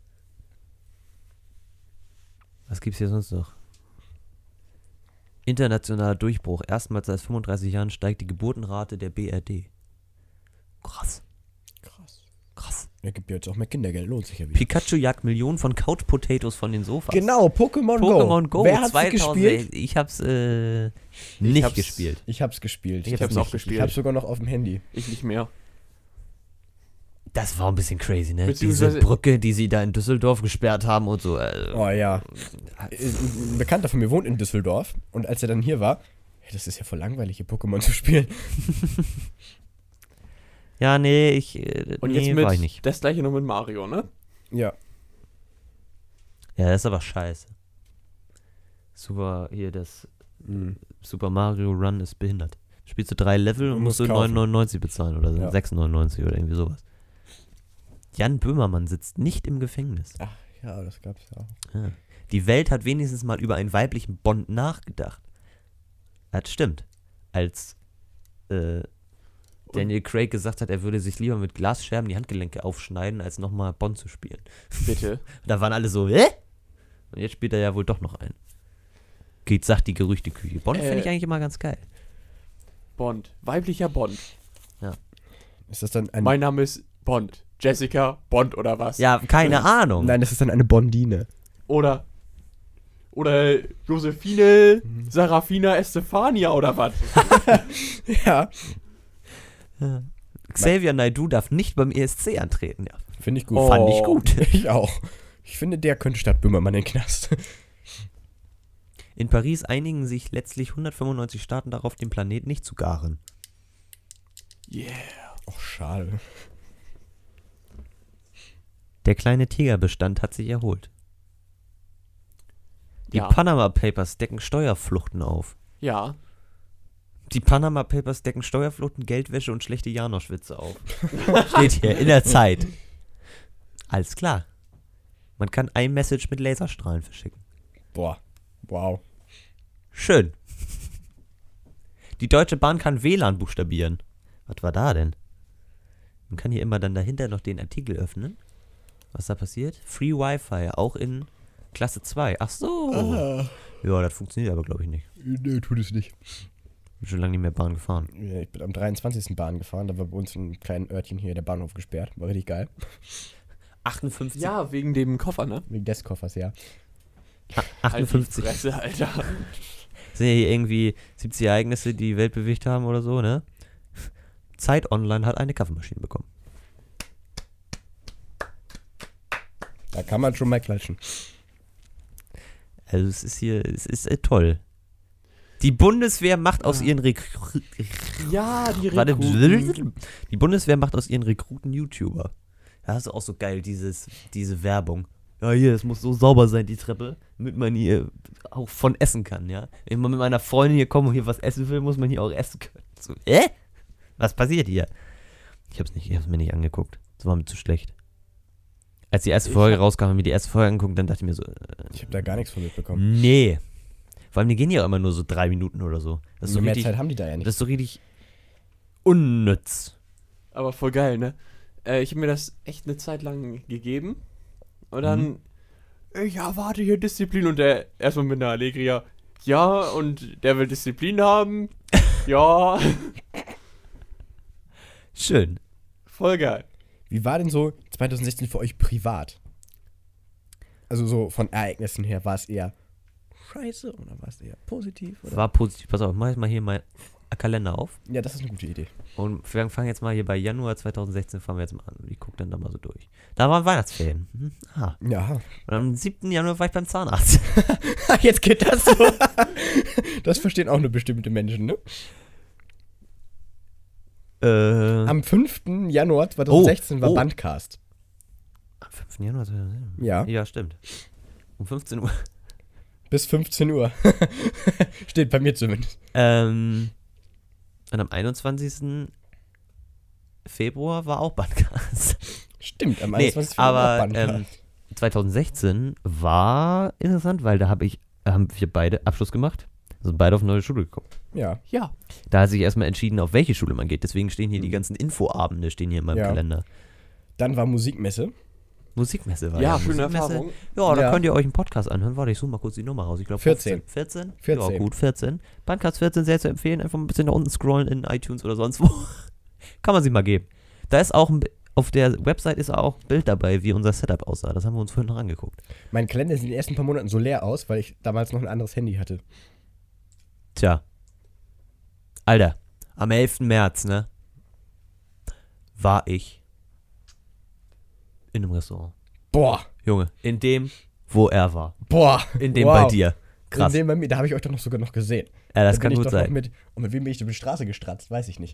Was gibt's hier sonst noch? Internationaler Durchbruch. Erstmals seit fünfunddreißig Jahren steigt die Geburtenrate der B R D. Krass, Krass. krass. Er gibt ja jetzt auch mehr Kindergeld, lohnt sich ja wieder. Pikachu jagt Millionen von Couch Potatoes von den Sofas. Genau, Pokémon Go. Pokémon Go. Wer hat's zweitausend gespielt? Ich hab's äh, nicht hab's- gespielt. Ich hab's gespielt. Ich hab's hab's auch nicht- gespielt. Ich hab's sogar noch auf dem Handy. Ich nicht mehr. Das war ein bisschen crazy, ne? Diese Beziehungsweise- Brücke, die sie da in Düsseldorf gesperrt haben und so. Äh, Oh ja. Ein ein Bekannter von mir wohnt in Düsseldorf und als er dann hier war, hey, das ist ja voll langweilig, hier Pokémon zu spielen. Ja, nee, ich, äh, Und nee, jetzt mit war ich nicht. das gleiche noch mit Mario, ne? Ja. Ja, das ist aber scheiße. Super, hier das Mhm. Super Mario Run ist behindert. Spielst du drei Level und Du musst musst du kaufen. neun neunundneunzig bezahlen oder so. Ja. sechs neunundneunzig oder irgendwie sowas. Jan Böhmermann sitzt nicht im Gefängnis. Ach ja, das gab's ja auch. Ja. Die Welt hat wenigstens mal über einen weiblichen Bond nachgedacht. Das stimmt. Als äh, Daniel Craig gesagt hat, er würde sich lieber mit Glasscherben die Handgelenke aufschneiden, als nochmal Bond zu spielen. Bitte. Da waren alle so, hä? Und jetzt spielt er ja wohl doch noch ein. Geht, sagt die Gerüchteküche. Bond Äh. finde ich eigentlich immer ganz geil. Bond. Weiblicher Bond. Ist das dann ein... Mein Name ist Bond. Jessica Bond oder was? Ja, keine Ahnung. Nein, das ist dann eine Bondine. Oder oder Josephine Sarafina Estefania oder was? Ja. Ja. Xavier Naidoo darf nicht beim E S C antreten. Ja, Finde ich gut. Oh. fand ich gut. Ich auch. Ich finde, der könnte statt Böhmermann in den Knast. In Paris einigen sich letztlich hundertfünfundneunzig Staaten darauf, den Planeten nicht zu garen. Yeah. Och, schade. Der kleine Tigerbestand hat sich erholt. Die Ja. Panama Papers decken Steuerfluchten auf. Ja. Die Panama Papers decken Steuerfluchten, Geldwäsche und schlechte Janosch-Witze auf. Steht hier, in der Zeit. Alles klar. Man kann iMessage mit Laserstrahlen verschicken. Boah. Wow. Schön. Die Deutsche Bahn kann W L A N buchstabieren. Was war da denn? Man kann hier immer dann dahinter noch den Artikel öffnen. Was da passiert? Free Wi-Fi, auch in Klasse zwei. Ach so. Ah. Ja, das funktioniert aber, glaube ich, nicht. Nö, tut es nicht. Bin schon lange nicht mehr Bahn gefahren. Ja, ich bin am dreiundzwanzigsten Bahn gefahren. Da war bei uns in einem kleinen Örtchen hier der Bahnhof gesperrt. War richtig geil. achtundfünfzig. Ja, wegen dem Koffer, ne? Wegen des Koffers, ja. achtundfünfzig. Halt die Fresse, Alter. Sind ja hier irgendwie siebzig Ereignisse, die die Welt bewegt haben oder so, ne? Zeit Online hat eine Kaffeemaschine bekommen. Da kann man schon mal klatschen. Also es ist hier, es ist äh, toll. Die Bundeswehr macht aus Ja. ihren Rekruten... Ja, die Warte, Rekruten. die Bundeswehr macht aus ihren Rekruten YouTuber. Da hast du auch so geil, dieses, diese Werbung. Ja, hier, es muss so sauber sein, die Treppe, damit man hier auch von essen kann, ja. Wenn man mit meiner Freundin hier kommt und hier was essen will, muss man hier auch essen können. So, äh? Was passiert hier? Ich hab's nicht, ich hab's mir nicht angeguckt. Das war mir zu schlecht. Als die erste Ich Folge hab- rauskam, haben wir die erste Folge angeguckt, dann dachte ich mir so, äh, Ich habe da gar nichts von mitbekommen. nee. Vor allem, die gehen ja immer nur so drei Minuten oder so. Das ist so mehr richtig, Zeit haben die da ja nicht. das ist so richtig unnütz. Aber voll geil, ne? Äh, ich habe mir das echt eine Zeit lang gegeben. Und dann, Mhm. ich erwarte hier Disziplin. Und der erstmal mit einer Allegria, ja, und der will Disziplin haben. Ja, Schön. voll geil. Wie war denn so zwanzig sechzehn für euch privat? Also so von Ereignissen her, war es eher scheiße oder war es eher positiv? Oder? War positiv. Pass auf, mach ich mal hier meinen Kalender auf. Ja, das ist eine gute Idee. Und wir fangen jetzt mal hier bei Januar zwanzig sechzehn, fangen wir jetzt mal an. Und ich gucke dann da mal so durch. Da waren Weihnachtsferien. Mhm. Ah. Ja. Und am siebten Januar war ich beim Zahnarzt. Jetzt geht das so. Das verstehen auch nur bestimmte Menschen, ne? äh, Am fünften Januar zwanzig sechzehn Oh, war oh. Bandcast. am fünften Januar zwanzig sechzehn? Ja. Ja, stimmt. Um fünfzehn Uhr. Bis fünfzehn Uhr. Steht bei mir zumindest. Ähm, und am einundzwanzigsten Februar war auch Bandcast. Stimmt, am Nee, einundzwanzigsten Februar war aber Bandcast. ähm, zwanzig sechzehn war interessant, weil da habe ich, haben wir beide Abschluss gemacht. Also beide auf eine neue Schule gekommen. Ja. Ja. Da hat sich erstmal entschieden, auf welche Schule man geht. Deswegen stehen hier die ganzen Infoabende, stehen hier in meinem Ja. Kalender. Dann war Musikmesse. Musikmesse war Ja, ja. schöne Musikmesse. Erfahrung. Ja, da Ja. könnt ihr euch einen Podcast anhören. Warte, ich suche mal kurz die Nummer raus. Ich glaube vierzehn. vierzehn? vierzehn. Ja, gut, vierzehn. Bandcast vierzehn, sehr zu empfehlen. Einfach ein bisschen nach unten scrollen in iTunes oder sonst wo. Kann man sich mal geben. Da ist auch ein, auf der Website ist auch ein Bild dabei, wie unser Setup aussah. Das haben wir uns vorhin noch angeguckt. Mein Kalender sieht in den ersten paar Monaten so leer aus, weil ich damals noch ein anderes Handy hatte. Tja. Alter, am elften März, ne? War ich in einem Restaurant. Boah. Junge, in dem, wo er war. Boah. In dem wow. bei dir. Krass. In dem bei mir, da habe ich euch doch noch sogar noch gesehen. Ja, das Da kann bin ich gut doch noch sein. Mit, und mit wem bin ich über die Straße gestratzt? Weiß ich nicht.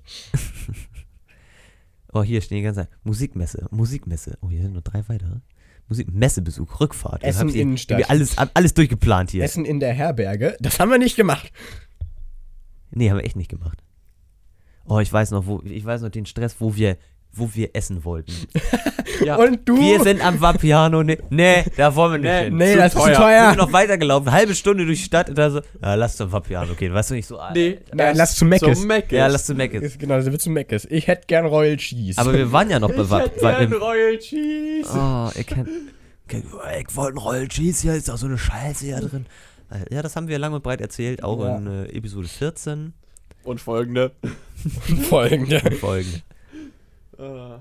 Oh, hier stehen die ganze Zeit. Musikmesse, Musikmesse. Oh, hier sind nur drei weitere. Musik, Messebesuch, Rückfahrt. Dann Essen habt ihr Innenstadt. irgendwie Alles, alles durchgeplant hier. Essen in der Herberge, das haben wir nicht gemacht. Nee, haben wir echt nicht gemacht. Oh, ich weiß noch, wo, ich weiß noch den Stress, wo wir, wo wir essen wollten. Ja. Und du? Wir sind am Vapiano, ne, nee, da wollen wir nicht Nee, hin. nee, zu das ist zu teuer. Sind teuer. wir noch weitergelaufen, halbe Stunde durch die Stadt und da so, ja, lass zum Vapiano gehen. Weißt du nicht so, Nee, Nein, erst lass zu Meckes. Zum Meckes. ja, lass zu Meckes. Ist, genau, da wird zu Meckes. Ich hätte gern Royal Cheese. Aber wir waren ja noch bei Ich Vap. hätte gern wir- Royal Cheese. Oh, ihr kennt. Ich wollte einen Royal Cheese, hier ist auch so eine Scheiße hier drin. Ja, das haben wir lang und breit erzählt, auch Ja. in äh, Episode vierzehn Und folgende. folgende. Folgen. Äh,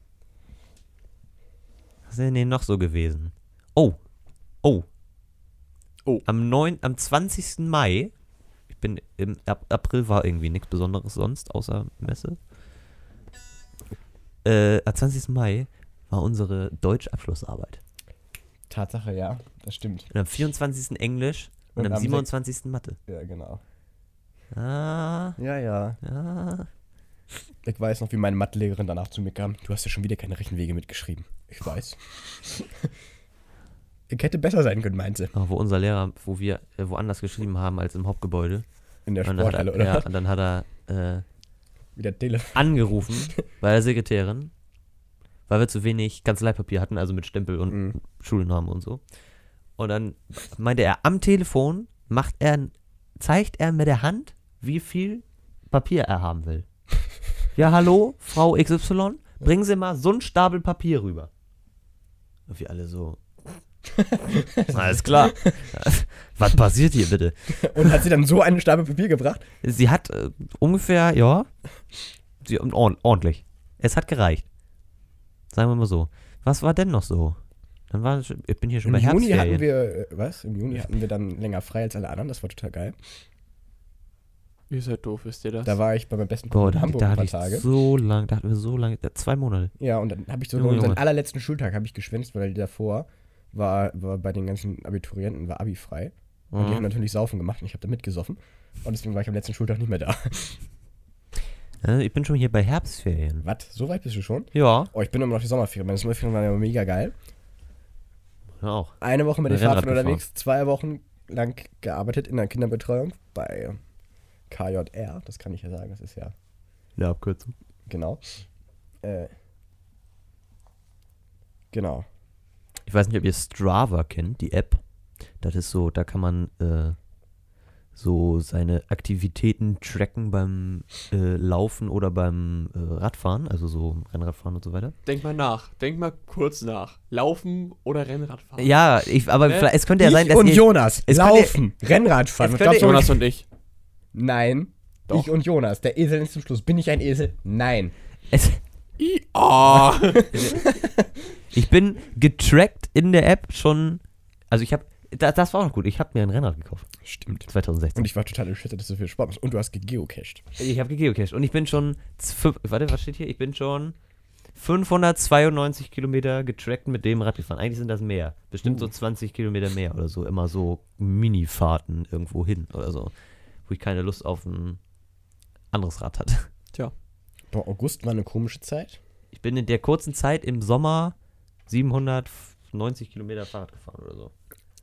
Was ist denn denn noch so gewesen? Oh. Oh. Oh. Am, neun, am zwanzigsten Mai, ich bin im Ap- April war irgendwie nichts Besonderes sonst, außer Messe. äh, am zwanzigsten Mai war unsere Deutsch-Abschlussarbeit. Tatsache, ja, das stimmt. Und am vierundzwanzigsten Englisch und, Und am am siebenundzwanzigsten Mathe. Ja, genau. Ah, Ja, ja. ja. Ich weiß noch, wie meine Mathelehrerin danach zu mir kam. Du hast ja schon wieder keine Rechenwege mitgeschrieben. Ich weiß. Ich hätte besser sein können, meinte sie. Oh, wo unser Lehrer, wo wir äh, woanders geschrieben haben als im Hauptgebäude. In der Und dann hat Sporthalle, er, oder? ja, und dann hat er äh, Wieder Telefon. angerufen bei der Sekretärin, weil wir zu wenig Kanzleipapier hatten, also mit Stempel und Mhm. Schulnamen und so. Und dann meinte er, am Telefon macht er, zeigt er mit der Hand, wie viel Papier er haben will. Ja, hallo, Frau X Y, bringen Sie mal so einen Stapel Papier rüber. Und wir alle so, alles klar. Was passiert hier bitte? Und hat sie dann so einen Stapel Papier gebracht? Sie hat äh, ungefähr, ja, sie, ord ordentlich. Es hat gereicht. Sagen wir mal so. Was war denn noch so? Dann war ich bin hier schon Im bei Juni Herbstferien. hatten wir, äh, was? Im Juni hatten wir dann länger frei als alle anderen. Das war total geil. Ihr seid doof, wisst ihr das? Da war ich bei meinem besten Boah, Kumpel in da, Hamburg da ein hatte paar ich Tage. so lange, da hatten wir so lange, da, zwei Monate. Ja, und dann habe ich so Junge, unseren Junge. allerletzten Schultag habe ich geschwänzt, weil davor war, war bei den ganzen Abiturienten war Abi frei. Und die haben Mhm. natürlich Saufen gemacht und ich habe da mitgesoffen. Und deswegen war ich am letzten Schultag nicht mehr da. Ja, ich bin schon hier bei Herbstferien. Was? So weit bist du schon? Ja. Oh, ich bin immer noch die Sommerferien. Meine Sommerferien waren ja mega geil. Ja auch. Eine Woche mit den Rennrad Fahrradfahren gefahren. unterwegs, zwei Wochen lang gearbeitet in der Kinderbetreuung bei K J R. Das kann ich ja sagen, das ist ja Ja, Abkürzung. genau. Äh, genau. Ich weiß nicht, ob ihr Strava kennt, die App. Das ist so, da kann man äh, so seine Aktivitäten tracken beim äh, Laufen oder beim äh, Radfahren, also so Rennradfahren und so weiter. Denk mal nach. Denk mal kurz nach. Laufen oder Rennradfahren? Ja, ich, aber Ne? vielleicht, es könnte ja sein, ich dass und ihr, Jonas es könnte- laufen, Rennradfahren. es Was könnte- glaubst du, Jonas ich- und ich. Nein. Doch. Ich und Jonas. Der Esel ist zum Schluss. Bin ich ein Esel? Nein. es, Oh. ich bin getrackt in der App schon, also ich habe, das, das war auch noch gut, ich habe mir ein Rennrad gekauft, Stimmt. zwanzig sechzehn. Und ich war total erschüttert, dass du so viel Sport machst. Und du hast gegeocached. Ich habe gegeocached und ich bin schon, z- warte, was steht hier? Ich bin schon fünfhundertzweiundneunzig Kilometer getrackt mit dem Rad gefahren. Eigentlich sind das mehr. Bestimmt Uh. so zwanzig Kilometer mehr oder so. Immer so Mini-Fahrten irgendwo hin oder so. Wo ich keine Lust auf ein anderes Rad hatte. Boah, August war eine komische Zeit. Ich bin in der kurzen Zeit im Sommer siebenhundertneunzig Kilometer Fahrrad gefahren oder so.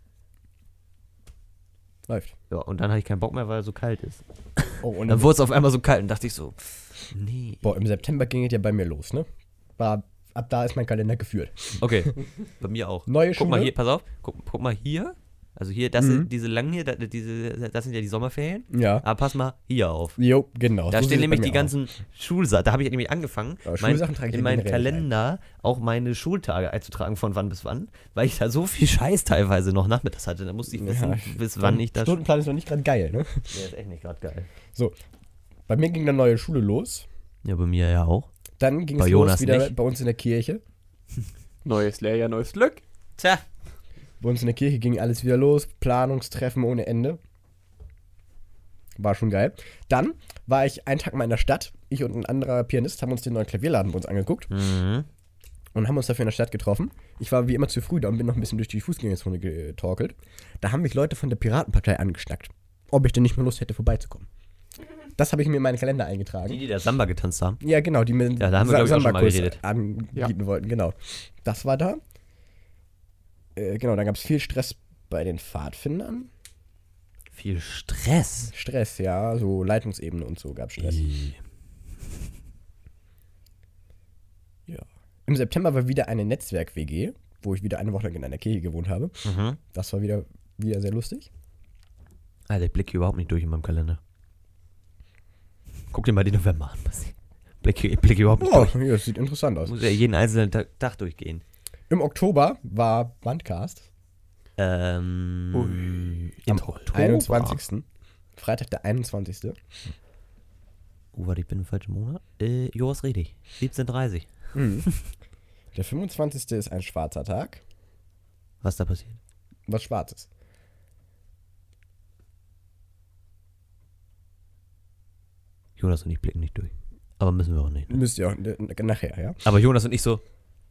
Läuft. Ja, und dann hatte ich keinen Bock mehr, weil es so kalt ist. Oh, und Dann wurde es auf einmal so kalt und dachte ich so, nee. boah, im September ging es ja bei mir los, ne? War, ab da ist mein Kalender geführt. Okay, bei mir auch. Neue Guck Schule. mal hier, pass auf, guck, guck mal hier. Also hier, das Mhm. sind diese langen hier, da- diese, das sind ja die Sommerferien. Ja. Aber pass mal hier auf. Jo, genau. Da so stehen sieht es bei nämlich mir die ganzen Schulsachen. Da habe ich nämlich angefangen, Ja, mein, Schulsachen trage ich in ja meinen generell nicht Kalender auch meine Schultage einzutragen, von wann bis wann, weil ich da so viel Scheiß teilweise noch nachmittags hatte. Da musste ich Ja, wissen, bis wann ich das. Stundenplan ist noch nicht gerade geil, ne? Der ist echt nicht gerade geil. Bei mir ging dann neue Schule los. Ja, bei mir ja auch. Dann ging Bei es Jonas los wieder nicht. bei uns in der Kirche. Neues Lehrjahr, neues Glück. Tja. Bei uns in der Kirche ging alles wieder los. Planungstreffen ohne Ende. War schon geil. Dann war ich einen Tag mal in der Stadt. Ich und ein anderer Pianist haben uns den neuen Klavierladen bei uns angeguckt Mhm. und haben uns dafür in der Stadt getroffen. Ich war wie immer zu früh da und bin noch ein bisschen durch die Fußgängerzone getorkelt. Da haben mich Leute von der Piratenpartei angeschnackt, ob ich denn nicht mal Lust hätte, vorbeizukommen. Das habe ich mir in meinen Kalender eingetragen. Die, die da Samba getanzt haben. Ja, genau, die mir Ja, da haben wir, glaub ich, auch schon mal Samba-Kurs geredet. anbieten Ja. wollten, genau. Das war da. Äh, genau, dann gab es viel Stress bei den Pfadfindern. Viel Stress. Stress, ja, so Leitungsebene und so gab Stress. Ja. Im September war wieder eine Netzwerk-W G, wo ich wieder eine Woche lang in einer Kirche gewohnt habe. Mhm. Das war wieder, wieder sehr lustig. Alter, ich blicke hier überhaupt nicht durch in meinem Kalender. Guck dir mal die November an, Basti. Blicke, ich blicke überhaupt nicht Oh, durch. ja, das sieht interessant aus. Muss ja jeden einzelnen Tag, Tag durchgehen. Im Oktober war Bandcast. Ähm. Ui, Im am Oktober. einundzwanzigsten Freitag der einundzwanzigste Oh, warte, ich bin im falschen Monat. Äh, jo, ist richtig. siebzehn Uhr dreißig. Mhm. Der fünfundzwanzigste ist ein schwarzer Tag. Was da passiert? Was Schwarzes. Jonas und ich blicken nicht durch. Aber müssen wir auch nicht. Ne? Müsst ihr auch äh, nachher, ja? Aber Jonas und ich so,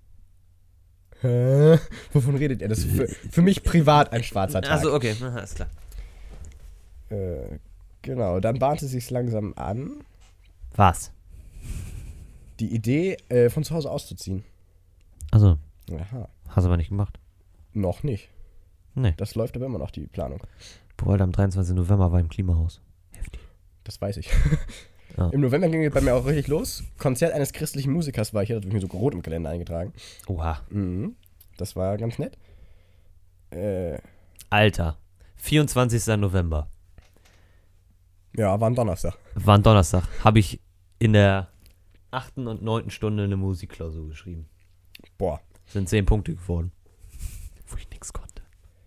Hä? Wovon redet ihr? Das ist für, für mich privat ein schwarzer Tag. also okay, aha, ist klar. Äh, genau, dann bahnte es sich langsam an, Was? die Idee, äh, von zu Hause auszuziehen. Also, Aha, hast du aber nicht gemacht. noch nicht. Nee. Das läuft aber immer noch, die Planung. Boah, am dreiundzwanzigsten November war im Klimahaus. Heftig. Das weiß ich. Ja. Im November ging es bei mir auch richtig los. Konzert eines christlichen Musikers war ich hier, das habe ich mir so rot im Kalender eingetragen. Oha. Mhm. Das war ganz nett. Äh, Alter. vierundzwanzigsten November. ja, war ein Donnerstag. War ein Donnerstag. Habe ich in der achten und neunten Stunde eine Musikklausur geschrieben. Boah. Sind zehn Punkte geworden. Wo ich nichts konnte.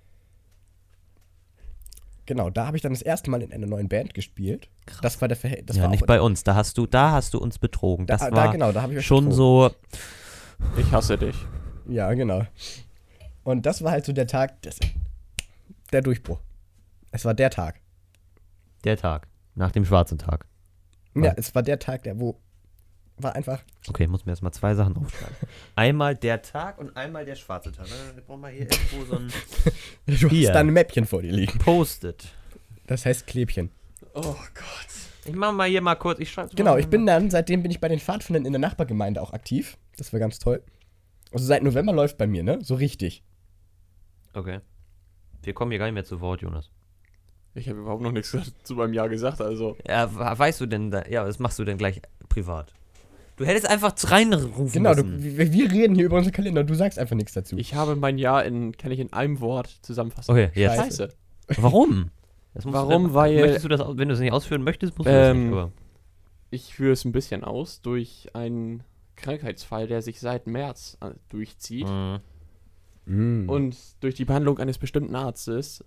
Genau, da habe ich dann das erste Mal in einer neuen Band gespielt. Krass. Das war der Verhält- das ja, war nicht auch, bei uns. Da hast du, da hast du uns betrogen. Das da, war da, genau, da habe ich euch schon betrogen. so. Ich hasse dich. Ja, genau. Und das war halt so der Tag, des, der Durchbruch. Es war der Tag. Der Tag. Nach dem schwarzen Tag. Ja, Ja. es war der Tag, der wo war einfach. Okay, ich muss mir erstmal zwei Sachen aufschreiben. Einmal der Tag und einmal der schwarze Tag. Dann brauchen wir hier irgendwo so ein Du Hier. hast da ein Mäppchen vor dir liegen. Post-it. Das heißt Klebchen. Oh Gott. Ich mach mal hier mal kurz. Ich schreibe Genau, ich bin dann, seitdem bin ich bei den Pfadfindern in der Nachbargemeinde auch aktiv. Das war ganz toll. Also seit November läuft bei mir, ne? So richtig. Okay. Wir kommen hier gar nicht mehr zu Wort, Jonas. Ich habe überhaupt noch nichts zu meinem Jahr gesagt, also. Ja, weißt du denn, da, ja, was machst du denn gleich privat? Du hättest einfach reinrufen Genau, du, müssen. wir, wir reden hier über unseren Kalender und du sagst einfach nichts dazu. Ich habe mein Jahr in, kann ich in einem Wort zusammenfassen. Okay, jetzt. Scheiße. Warum? Das musst Warum? Du dann, Weil- Möchtest du das, au- wenn du es nicht ausführen möchtest, musst du das Ähm, nicht, aber. Ich führe es ein bisschen aus durch einen Krankheitsfall, der sich seit März äh, durchzieht. Mhm. Mm. Und durch die Behandlung eines bestimmten Arztes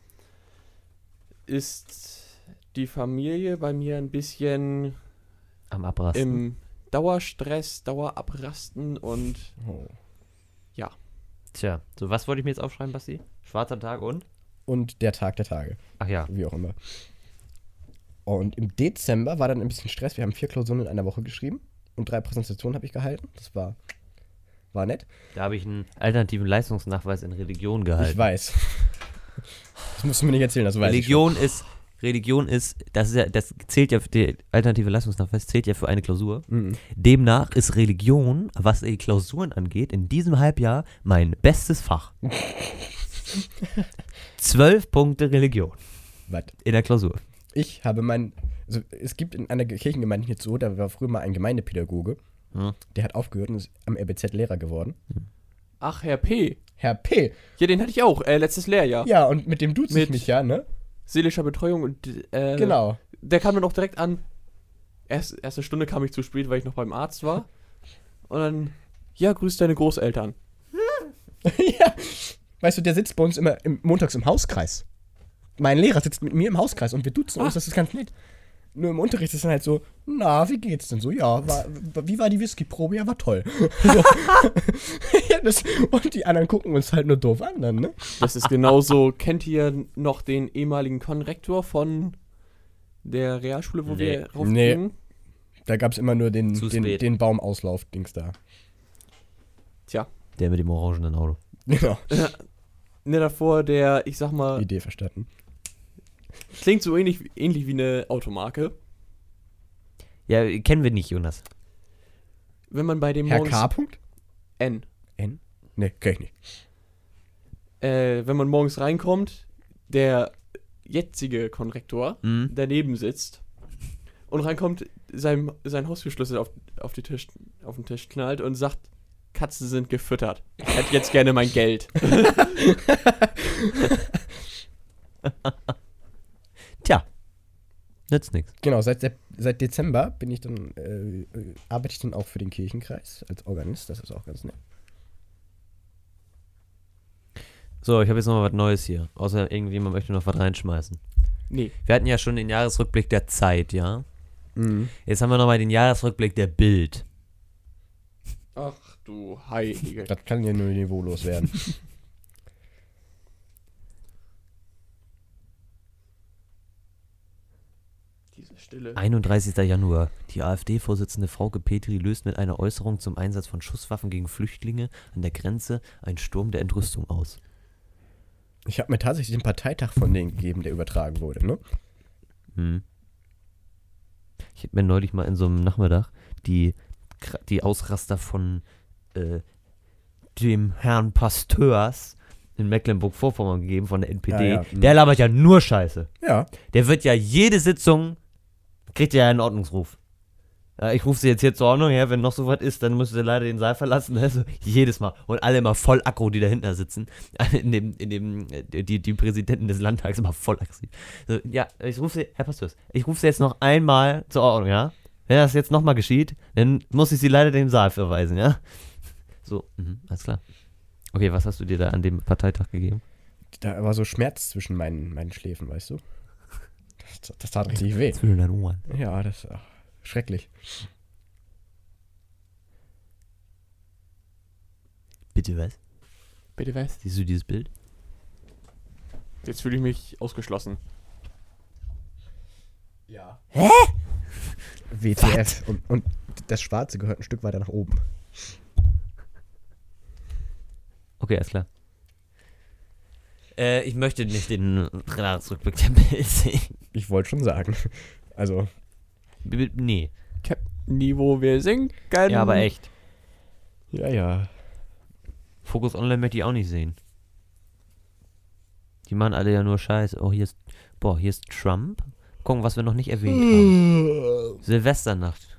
ist die Familie bei mir ein bisschen Am Abrasten. im Dauerstress, Dauerabrasten und Oh. Tja, so was wollte ich mir jetzt aufschreiben, Basti? Schwarzer Tag und? Und der Tag der Tage, Ach ja. wie auch immer. Und im Dezember war dann ein bisschen Stress. Wir haben vier Klausuren in einer Woche geschrieben und drei Präsentationen habe ich gehalten. Das war, war nett. Da habe ich einen alternativen Leistungsnachweis in Religion Ich gehalten. weiß. Das musst du mir nicht erzählen, das weiß Religion ist, Religion ist, das ist ja, das zählt ja, für die alternative Leistungsnachweis zählt ja für eine Klausur. ich schon. Mhm. Demnach ist Religion, was die Klausuren angeht, in diesem Halbjahr mein bestes Fach. Zwölf Punkte Religion Was? in der Klausur. Ich habe mein, also es gibt in einer Kirchengemeinde jetzt so, da war früher mal ein Gemeindepädagoge, Hm. der hat aufgehört und ist am R B Z Lehrer geworden. ach, Herr P. Herr P. Ja, den hatte ich auch, äh, letztes Lehrjahr. Ja, und mit dem duze ich Mit- mich ja, ne? Seelischer Betreuung und äh, Genau. der kam dann auch direkt an. Erst, erste Stunde kam ich zu spät, weil ich noch beim Arzt war. Und dann, ja, grüß deine Großeltern. Ja. Weißt du, der sitzt bei uns immer im, montags im Hauskreis. Mein Lehrer sitzt mit mir im Hauskreis und wir duzen uns, Ah. das ist ganz nett. Nur im Unterricht ist dann halt so, na, wie geht's denn so? Ja, war, wie war die Whiskyprobe? Ja, war toll. So. Ja, das, und die anderen gucken uns halt nur doof an dann, ne? Das ist genauso. Kennt ihr noch den ehemaligen Konrektor von der Realschule, wo Nee. wir raufgingen? Da gab's immer nur den, Zu den, spät. den Baumauslauf-Dings da. Tja, Der mit dem orangenen Auto. Genau. ne, davor der, ich sag mal, Idee verstanden. klingt so ähnlich, ähnlich wie eine Automarke. Ja, kennen wir nicht, Jonas. Wenn man bei dem Herr morgens K. Punkt? N. N? Ne, kenn ich nicht. Äh, wenn man morgens reinkommt, der jetzige Konrektor Mhm. daneben sitzt und reinkommt, sein, sein Haustürschlüssel auf, auf, die Tisch, auf den Tisch knallt und sagt, Katzen sind gefüttert. Ich hätte jetzt gerne mein Geld. Tja, nützt nichts. Genau, seit, Sep- seit Dezember bin ich dann, äh, äh, arbeite ich dann auch für den Kirchenkreis als Organist, das ist auch ganz nett. So, ich habe jetzt noch mal was Neues hier. Außer irgendwie, man möchte noch was reinschmeißen. Nee. Wir hatten ja schon den Jahresrückblick der Zeit, ja? Mhm. Jetzt haben wir noch mal den Jahresrückblick der Bild. Ach du Heilige. Das kann ja nur niveaulos werden. Diese Stille. einunddreißigster Januar. Die AfD-Vorsitzende Frauke Petri löst mit einer Äußerung zum Einsatz von Schusswaffen gegen Flüchtlinge an der Grenze einen Sturm der Entrüstung aus. Ich habe mir tatsächlich den Parteitag von denen gegeben, der übertragen wurde, ne? Hm. Ich habe mir neulich mal in so einem Nachmittag die, die Ausraster von äh, dem Herrn Pasteurs in Mecklenburg-Vorpommern gegeben, von der N P D. Ja, ja. Der labert ja nur Scheiße. Ja. Der wird ja jede Sitzung, kriegt ja einen Ordnungsruf. Ja, ich rufe sie jetzt hier zur Ordnung, ja, wenn noch so was ist, dann müsst ihr leider den Saal verlassen. Also jedes Mal. Und alle immer voll aggro, die dahinter sitzen. In dem, in dem, die, die Präsidenten des Landtags immer voll aggressiv. So, ja, ich rufe sie, Herr Pasteurs, ich rufe sie jetzt noch einmal zur Ordnung, ja. Wenn das jetzt nochmal geschieht, dann muss ich sie leider dem Saal verweisen, ja. So, mhm, alles klar. Okay, was hast du dir da an dem Parteitag gegeben? Da war so Schmerz zwischen meinen, meinen Schläfen, weißt du? Das, das tat richtig weh. Zwischen deinen Ohren. Ja, das ach, schrecklich. Bitte was? Bitte was? Siehst du dieses Bild? Jetzt fühle ich mich ausgeschlossen. Ja. Hä? W T F. Und, und das Schwarze gehört ein Stück weiter nach oben. Okay, alles klar. Äh, ich möchte nicht den Jahresrückblick der Bild sehen. Ich wollte schon sagen. Also. B- Nee. Niveau, wir sinken. Ja, aber echt. Ja, ja. Focus Online möchte ich auch nicht sehen. Die machen alle ja nur Scheiß. Oh, hier ist. Boah, hier ist Trump. Gucken, was wir noch nicht erwähnt haben. Silvesternacht.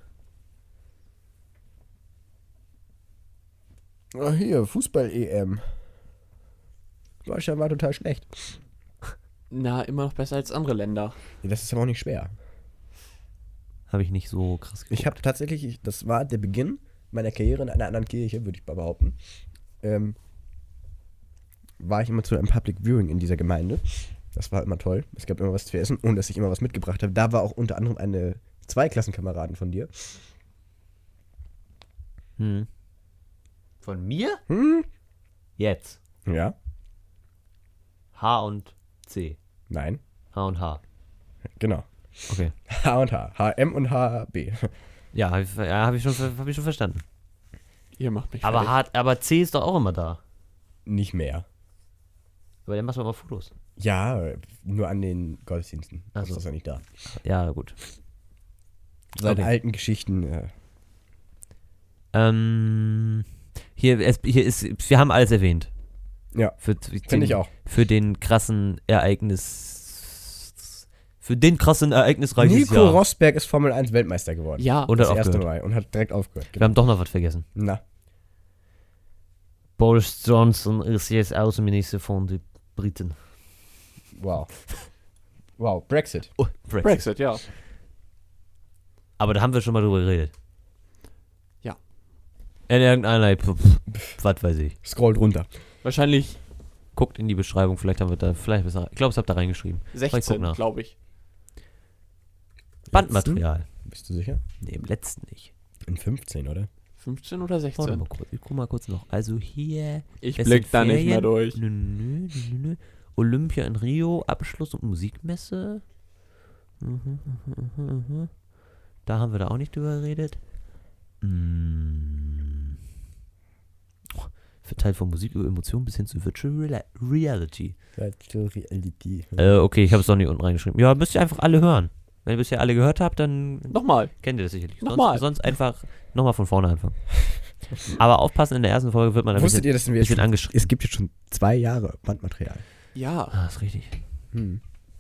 Ah, hier, Fußball-E M. Deutschland war total schlecht. Na, immer noch besser als andere Länder. Ja, das ist aber auch nicht schwer. Habe ich nicht so krass geguckt. Ich habe tatsächlich, ich, das war der Beginn meiner Karriere in einer anderen Kirche, würde ich mal behaupten. Ähm, war ich immer zu einem Public Viewing in dieser Gemeinde. Das war immer toll. Es gab immer was zu essen und dass ich immer was mitgebracht habe. Da war auch unter anderem eine, zwei Klassenkameraden von dir. Hm. Von mir? Hm? Jetzt. Ja. H und C. Nein. H und H. Genau. Okay. H und H. H M und H B. Ja, habe ich, ja, hab ich, schon- hab ich schon verstanden. Ihr macht mich Aber, fertig. H, aber C ist doch auch immer da. Nicht mehr. Aber der macht doch immer Fotos. Ja, nur an den Gottesdiensten. Ach Das so. ist ja nicht da. Ja, gut. Seine Okay. alten Geschichten. Äh, Ähm, hier, es, hier ist, wir haben alles erwähnt. ja, Für, finde ich auch. Für den krassen Ereignis. Für den krassen ereignisreiches Nico Jahr. Rosberg ist Formel eins Weltmeister geworden. Ja, Und das hat erste aufgehört. Mal. Und hat direkt aufgehört. Wir haben doch noch was vergessen. Na, Boris Johnson ist jetzt Außenminister von den Briten. wow. Wow, Brexit. Oh, Brexit. Brexit, ja. Aber da haben wir schon mal drüber geredet. Ja. In irgendeiner, pf, pf, was weiß ich. Scrollt runter. Wahrscheinlich Guckt in die Beschreibung, vielleicht haben wir da, vielleicht besser. Ich glaube, es habt ihr reingeschrieben. sechzehn, guck nach. glaube ich. Bandmaterial. Bist du sicher? Nee, im letzten nicht. In fünfzehn, oder? fünfzehn oder Warte sechzehn? mal kurz. Ich guck mal kurz noch. Also hier. Ich es blick sind da nicht Ferien. mehr durch. Nö, nö, nö, nö. Olympia in Rio, Abschluss und Musikmesse. Mhm, mhm, mhm, mhm. Da haben wir da auch nicht drüber geredet. Mm. Oh, verteilt von Musik über Emotionen bis hin zu Virtual Reali- Reality. Virtual Reality. Äh, okay, ich habe es doch nicht unten reingeschrieben. Ja, müsst ihr einfach alle hören. Wenn ihr bisher alle gehört habt, dann Nochmal. kennt ihr das sicherlich. Nochmal. Sonst, sonst einfach nochmal von vorne anfangen. Aber aufpassen, in der ersten Folge wird man ein Wusstet bisschen, ihr, dass wir jetzt bisschen schon, angeschrieben. es gibt jetzt schon zwei Jahre Bandmaterial. Ja. Ah, ist richtig. Hm.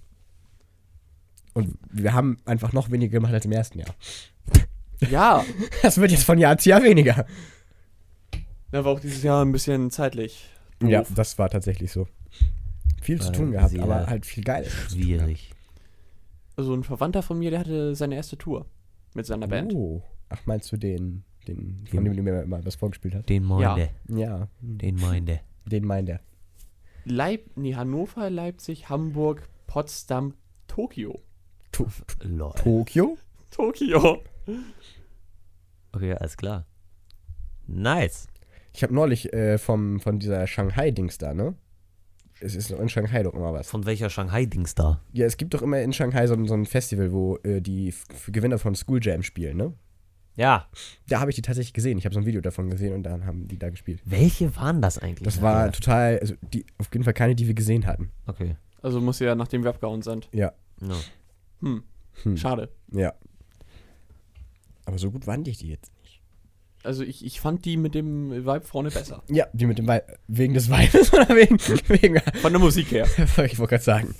Und wir haben einfach noch weniger gemacht als im ersten Jahr. Ja. Das wird jetzt von Jahr zu Jahr weniger. Da war auch dieses Jahr ein bisschen zeitlich doof. Ja, das war tatsächlich so. Viel zu Äh, tun gehabt, sehr aber halt viel Geiles. Schwierig. Also ein Verwandter von mir, der hatte seine erste Tour mit seiner Band. Oh. Ach, meinst du den, den von dem du mir immer was vorgespielt hast? Den meinte. Ja, Den meinte. den meint er. Leip nee, Hannover, Leipzig, Hamburg, Potsdam, Tokio. To Lol. Tokio? Tokio. Okay, alles klar. Nice. Ich habe neulich äh, vom, von dieser Shanghai-Dings da, ne? es ist noch in Shanghai doch immer was. Von welcher Shanghai-Dings da? Ja, es gibt doch immer in Shanghai so, ein- so ein Festival, wo äh, die F- Gewinner von School Jam spielen, ne? Ja. Da habe ich die tatsächlich gesehen. Ich habe so ein Video davon gesehen und dann haben die da gespielt. Welche waren das eigentlich? Das war total, also die, auf jeden Fall keine, die wir gesehen hatten. Okay. Also muss ja, nachdem wir abgehauen sind. Ja. No. Hm, Hm. schade. Ja. Aber so gut waren die die jetzt nicht. Also ich, ich fand die mit dem Vibe vorne besser. Ja, die mit dem Wei wegen des Weibes oder wegen, wegen Von der Musik her. ich wollte gerade sagen.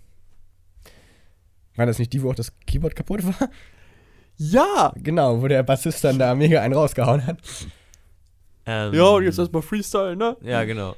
War das nicht die, wo auch das Keyboard kaputt war? Ja! Genau, wo der Bassist dann da mega einen rausgehauen hat. Ähm, Ja, und jetzt erstmal Freestyle, ne? Ja, genau.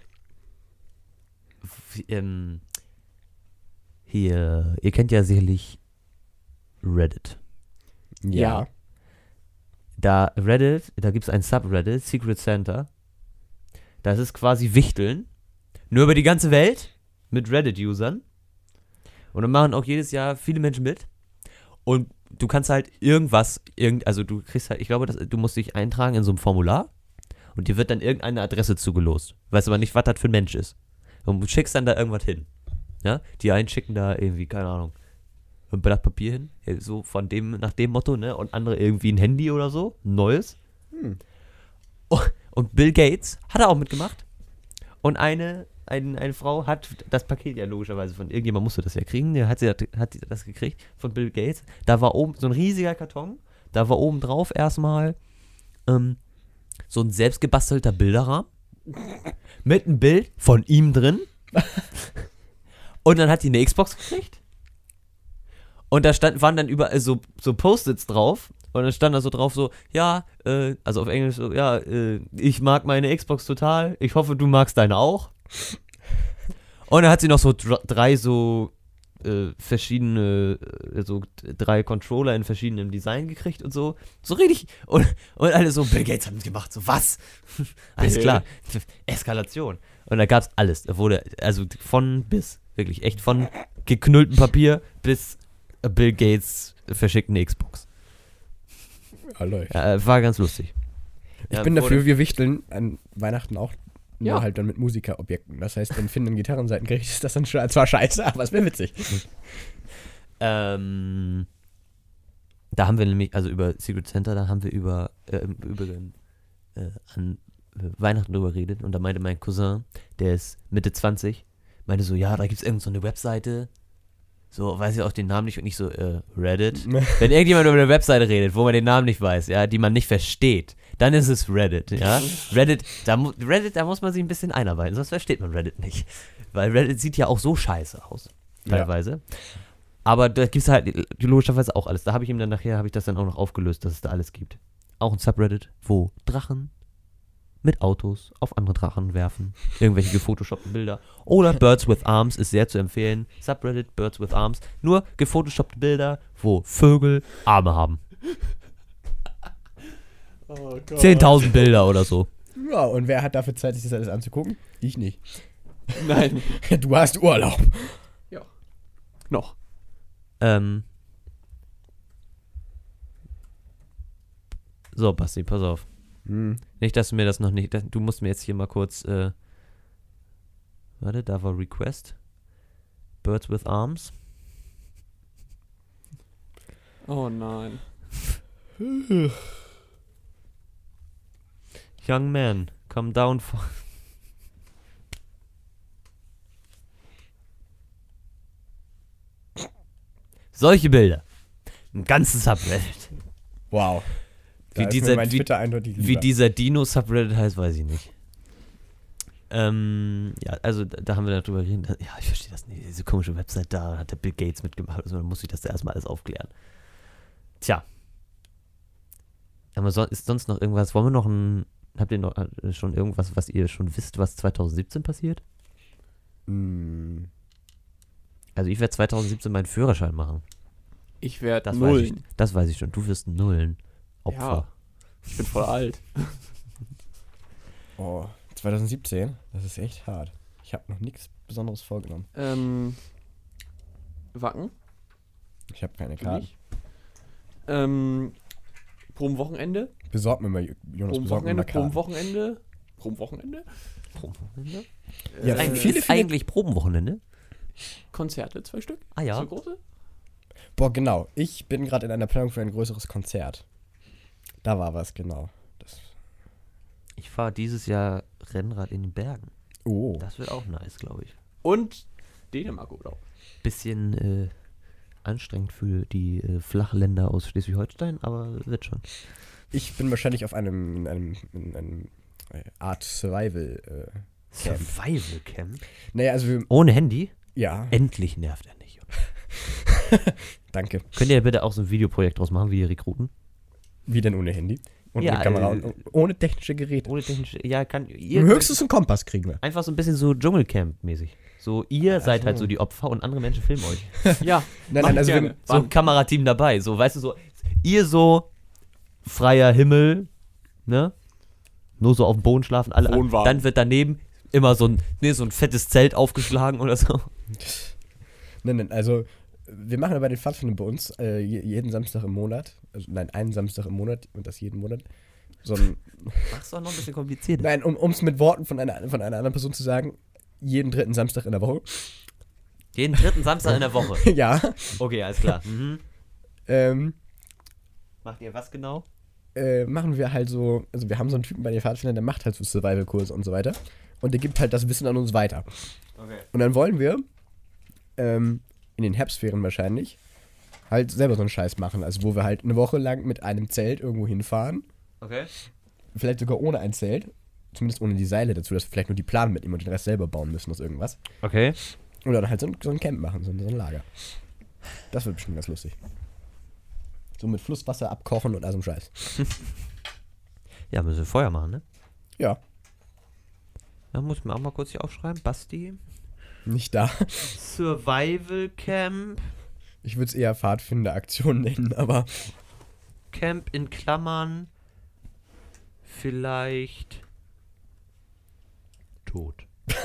F- ähm, hier, ihr kennt ja sicherlich Reddit. Ja. Da Reddit, da gibt es ein Subreddit, Secret Santa. Das ist quasi Wichteln. Nur über die ganze Welt mit Reddit-Usern. Und dann machen auch jedes Jahr viele Menschen mit. Und du kannst halt irgendwas, irgend, also du kriegst halt, ich glaube, das, du musst dich eintragen in so einem Formular. Und dir wird dann irgendeine Adresse zugelost. Weißt aber nicht, was das für ein Mensch ist. Und du schickst dann da irgendwas hin. Ja? Die einen schicken da irgendwie, keine Ahnung, ein Blatt Papier hin. So von dem, nach dem Motto, ne? Und andere irgendwie ein Handy oder so. Ein neues. Hm. Oh, und Bill Gates hat er auch mitgemacht. Und eine, ein, eine Frau hat das Paket ja logischerweise von irgendjemand musste das ja kriegen. Der hat, sie, hat sie das gekriegt von Bill Gates. Da war oben so ein riesiger Karton. Da war oben drauf erstmal ähm, so ein selbstgebastelter Bilderrahmen mit einem Bild von ihm drin. Und dann hat die eine Xbox gekriegt. Und da stand, waren dann überall so, so Post-its drauf. Und dann stand da so drauf so, ja, äh, also auf Englisch so, ja, äh, ich mag meine Xbox total. Ich hoffe, du magst deine auch. Und dann hat sie noch so dr- drei so äh, verschiedene, äh, so drei Controller in verschiedenem Design gekriegt und so. So richtig. Und, und alle so, Bill Gates hat mitgemacht. So, was? Alles klar. Eskalation. Und da gab's alles. Da wurde, also von bis. Wirklich, echt von geknülltem Papier bis Bill Gates verschickt eine Xbox. Ja, läuft. Ja, war ganz lustig. Ich Ja, bin wurde- dafür, wir wichteln an Weihnachten auch. Nur Ja. halt dann mit Musikerobjekten. Das heißt, wenn Finn ein Gitarrenseitenkriegt, ist das dann schon zwar scheiße, aber es wäre witzig. Ähm, da haben wir nämlich, also über Secret Santa, da haben wir über, äh, über äh, an äh, Weihnachten drüber geredet und da meinte mein Cousin, der ist Mitte zwanzig, meinte so, ja, da gibt's irgend so eine Webseite, so, weiß ich auch den Namen nicht und nicht so, äh, Reddit. Wenn irgendjemand über eine Webseite redet, wo man den Namen nicht weiß, ja, die man nicht versteht, dann ist es Reddit, ja. Reddit, da, mu- Reddit, da muss man sich ein bisschen einarbeiten, sonst versteht man Reddit nicht. Weil Reddit sieht ja auch so scheiße aus, teilweise. Ja. Aber da gibt es halt logischerweise auch alles. Da habe ich ihm dann nachher, habe ich das dann auch noch aufgelöst, dass es da alles gibt. Auch ein Subreddit, wo Drachen mit Autos auf andere Drachen werfen. Irgendwelche gefotoshoppten Bilder. Oder Birds with Arms ist sehr zu empfehlen. Subreddit, Birds with Arms. Nur gefotoshoppte Bilder, wo Vögel Arme haben. Oh Gott. zehntausend Bilder oder so. Ja, und wer hat dafür Zeit, sich das alles anzugucken? Ich nicht. Nein. Du hast Urlaub. Ja. Noch. Ähm. So, Basti, pass auf. Hm. Nicht, dass du mir das noch nicht. Du musst mir jetzt hier mal kurz. Äh, warte, da war Request. Birds with Arms. Oh nein. Young man, come down for. Solche Bilder. Ein ganzes Subreddit. Wow. Da Wie ist dieser- mir mein wie- Twitter eindeutig Wie lieber. dieser Dino-Subreddit heißt, weiß ich nicht. Ähm, ja, also da, da haben wir darüber geredet. Ja, ich verstehe das nicht. Diese komische Website da hat der Bill Gates mitgemacht. Also man muss sich das da erstmal alles aufklären. Tja. Aber so, ist sonst noch irgendwas? Wollen wir noch ein. Habt ihr noch äh, schon irgendwas, was ihr schon wisst, was zwanzig siebzehn passiert? Hm. Also ich werde zwanzig siebzehn meinen Führerschein machen. Ich werde Das weiß ich, nullen. das weiß ich schon. Du wirst Nullen. Opfer. Ich bin voll alt. Oh, zwanzig siebzehn? Das ist echt hart. Ich habe noch nichts Besonderes vorgenommen. Ähm. Wacken. Ich habe keine für Karten. mich. Ähm. Prom-Wochenende. Besorg mir mal, Jonas, besorg mir Prom-Wochenende. mal Karten. Prom-Wochenende. Probenwochenende. Probenwochenende? Ja, Äh, Eigentlich, viele, ist viele- eigentlich Probenwochenende? Konzerte, zwei Stück. Ah ja. So große. Boah, genau. Ich bin gerade in einer Planung für ein größeres Konzert. Da war was, genau. Das, Ich fahre dieses Jahr Rennrad in den Bergen. oh. Das wird auch nice, glaube ich. Und Dänemark-Urlaub. Bisschen äh, anstrengend für die äh, Flachländer aus Schleswig-Holstein, aber wird schon. Ich bin wahrscheinlich auf einem, in einem, in einem äh, Art Survival. Äh, Camp. Survival Camp? naja, also wir, Ohne Handy? ja, Endlich nervt er nicht. danke. Könnt ihr bitte auch so ein Videoprojekt draus machen, wie die Rekruten? Wie denn ohne Handy? Und Ja, mit Kamera äh, und ohne technische Geräte. Ohne technische. Ja, kann. Ihr Höchstens einen Kompass kriegen wir. einfach so ein bisschen so Dschungelcamp-mäßig. So, ihr Ach seid halt so. so die Opfer und andere Menschen filmen euch. Ja, Nein, mach nein, also gerne. wir, So ein Kamerateam dabei. So, weißt du, so, ihr so freier Himmel, ne? Nur so auf dem Boden schlafen, alle. An. Wohnwagen. Dann wird daneben immer so ein, nee, so ein fettes Zelt aufgeschlagen oder so. nein, nein, also wir machen aber den Pfadfinder bei uns äh, je- jeden Samstag im Monat. Also nein, einen Samstag im Monat und das jeden Monat. So ein, Mach's doch noch ein bisschen komplizierter. nein, um es mit Worten von einer, von einer anderen Person zu sagen, jeden dritten Samstag in der Woche. Jeden dritten Samstag in der Woche. ja. Okay, alles klar. Mhm. Ähm, Macht ihr was genau? äh, machen wir halt so, also wir haben so einen Typen bei den Pfadfindern, der macht halt so Survival-Kurse und so weiter. Und der gibt halt das Wissen an uns weiter. Okay. Und dann wollen wir ähm, in den Herbstferien wahrscheinlich halt selber so einen Scheiß machen. Also wo wir halt eine Woche lang mit einem Zelt irgendwo hinfahren. Okay. Vielleicht sogar ohne ein Zelt. Zumindest ohne die Seile dazu, dass wir vielleicht nur die Plan mitnehmen und den Rest selber bauen müssen aus irgendwas. Okay. Und dann halt so ein, so ein Camp machen, so ein, so ein Lager. Das wird bestimmt ganz lustig. So mit Flusswasser abkochen und all so ein Scheiß. Ja, müssen wir Feuer machen, ne? Ja, Da muss ich mir auch mal kurz hier aufschreiben. Basti. nicht da. Survival Camp. Ich würde es eher Pfadfinderaktion nennen, aber Camp in Klammern. Vielleicht. Tot.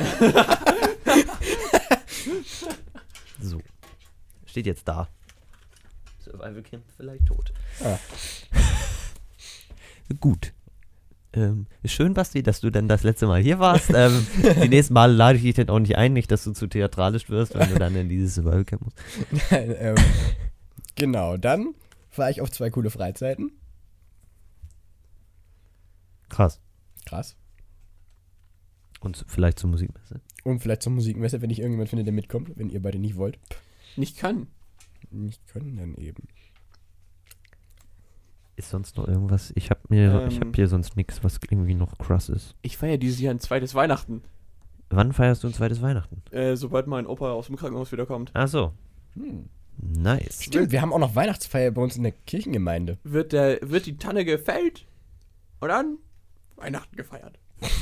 So. Steht jetzt da. Survival Camp vielleicht tot. Ah. Gut. Ähm, ist schön, Basti, dass du dann das letzte Mal hier warst. ähm, die nächsten Male lade ich dich dann auch nicht ein, nicht, dass du zu theatralisch wirst, wenn du dann in dieses Survival Camp musst. nein, ähm, genau. Dann war ich auf zwei coole Freizeiten. Krass. Krass. Und vielleicht zur Musikmesse. Und vielleicht zur Musikmesse, wenn ich irgendjemand finde, der mitkommt, wenn ihr beide nicht wollt. Nicht kann. Nicht können dann eben. Ist sonst noch irgendwas? Ich habe mir, Ähm. ich habe hier sonst nichts, was irgendwie noch krass ist. Ich feiere dieses Jahr ein zweites Weihnachten. Wann feierst du ein zweites Weihnachten? Äh, sobald mein Opa aus dem Krankenhaus wiederkommt. Ach so. Hm. Nice. Stimmt, wir haben auch noch Weihnachtsfeier bei uns in der Kirchengemeinde. Wird, der, wird die Tanne gefällt und dann Weihnachten gefeiert.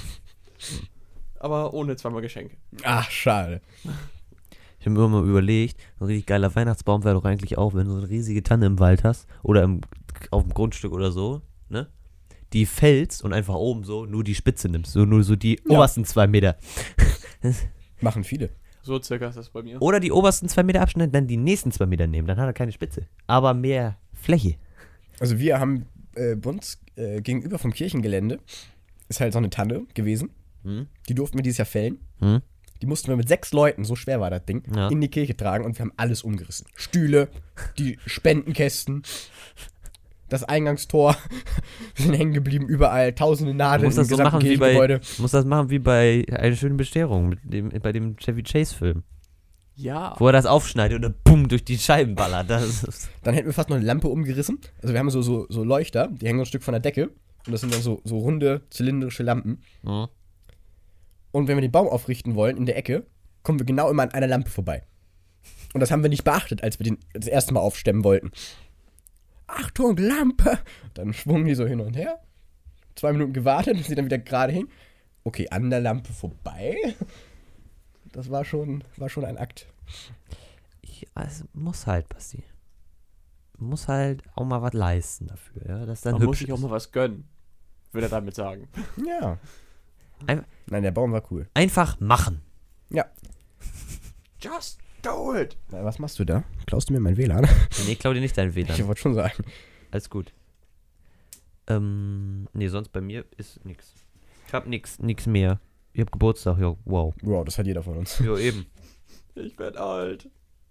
Aber ohne zweimal Geschenke. Ach, schade. Ich habe mir immer mal überlegt, so ein richtig geiler Weihnachtsbaum wäre doch eigentlich auch, wenn du so eine riesige Tanne im Wald hast oder im, auf dem Grundstück oder so, ne? Die fällst und einfach oben so nur die Spitze nimmst, so nur so die Ja. obersten zwei Meter. Machen viele. So circa ist das bei mir. Oder die obersten zwei Meter abschneiden, dann die nächsten zwei Meter nehmen, dann hat er keine Spitze. Aber mehr Fläche. Also wir haben äh, bei uns äh, gegenüber vom Kirchengelände ist halt so eine Tanne gewesen. Hm? Die durften wir dieses Jahr fällen. Hm? Die mussten wir mit sechs Leuten, so schwer war das Ding, Ja. in die Kirche tragen und wir haben alles umgerissen. Stühle, die Spendenkästen, das Eingangstor. Wir sind hängen geblieben, überall tausende Du Nadeln musst im das so gesamten machen wie bei, Kirchengebäude. du musst das machen wie bei Eine schöne Bestärung, mit dem, bei dem Chevy Chase Film. Ja. Wo er das aufschneidet und dann bumm durch die Scheiben ballert. Das ist, Dann hätten wir fast noch eine Lampe umgerissen. Also wir haben so, so, so Leuchter, die hängen so ein Stück von der Decke. Und das sind dann so, so runde, zylindrische Lampen. hm? Und wenn wir den Baum aufrichten wollen in der Ecke, kommen wir genau immer an einer Lampe vorbei. Und das haben wir nicht beachtet, als wir den das erste Mal aufstemmen wollten. Achtung, Lampe! Dann schwungen die so hin und her. Zwei Minuten gewartet und sie dann wieder gerade hin. Okay, an der Lampe vorbei. Das war schon, war schon ein Akt. Ich, also, muss halt, Basti. Muss halt auch mal was leisten dafür, ja, dass dann Man muss hübsch sich auch ist. mal was gönnen. Würde er damit sagen. Ja. Ein- Nein, der Baum war cool. Einfach machen. Ja. Just do it. Na, was machst du da? Klaust du mir mein W L A N? Nee, klau dir nicht deinen W L A Ich N. wollte schon sagen. Alles gut. Ähm, nee, sonst bei mir ist nix. Ich hab nix, nix mehr. Ich hab Geburtstag, ja, wow. Wow, das hat jeder von uns. Ja, eben. Ich werd alt.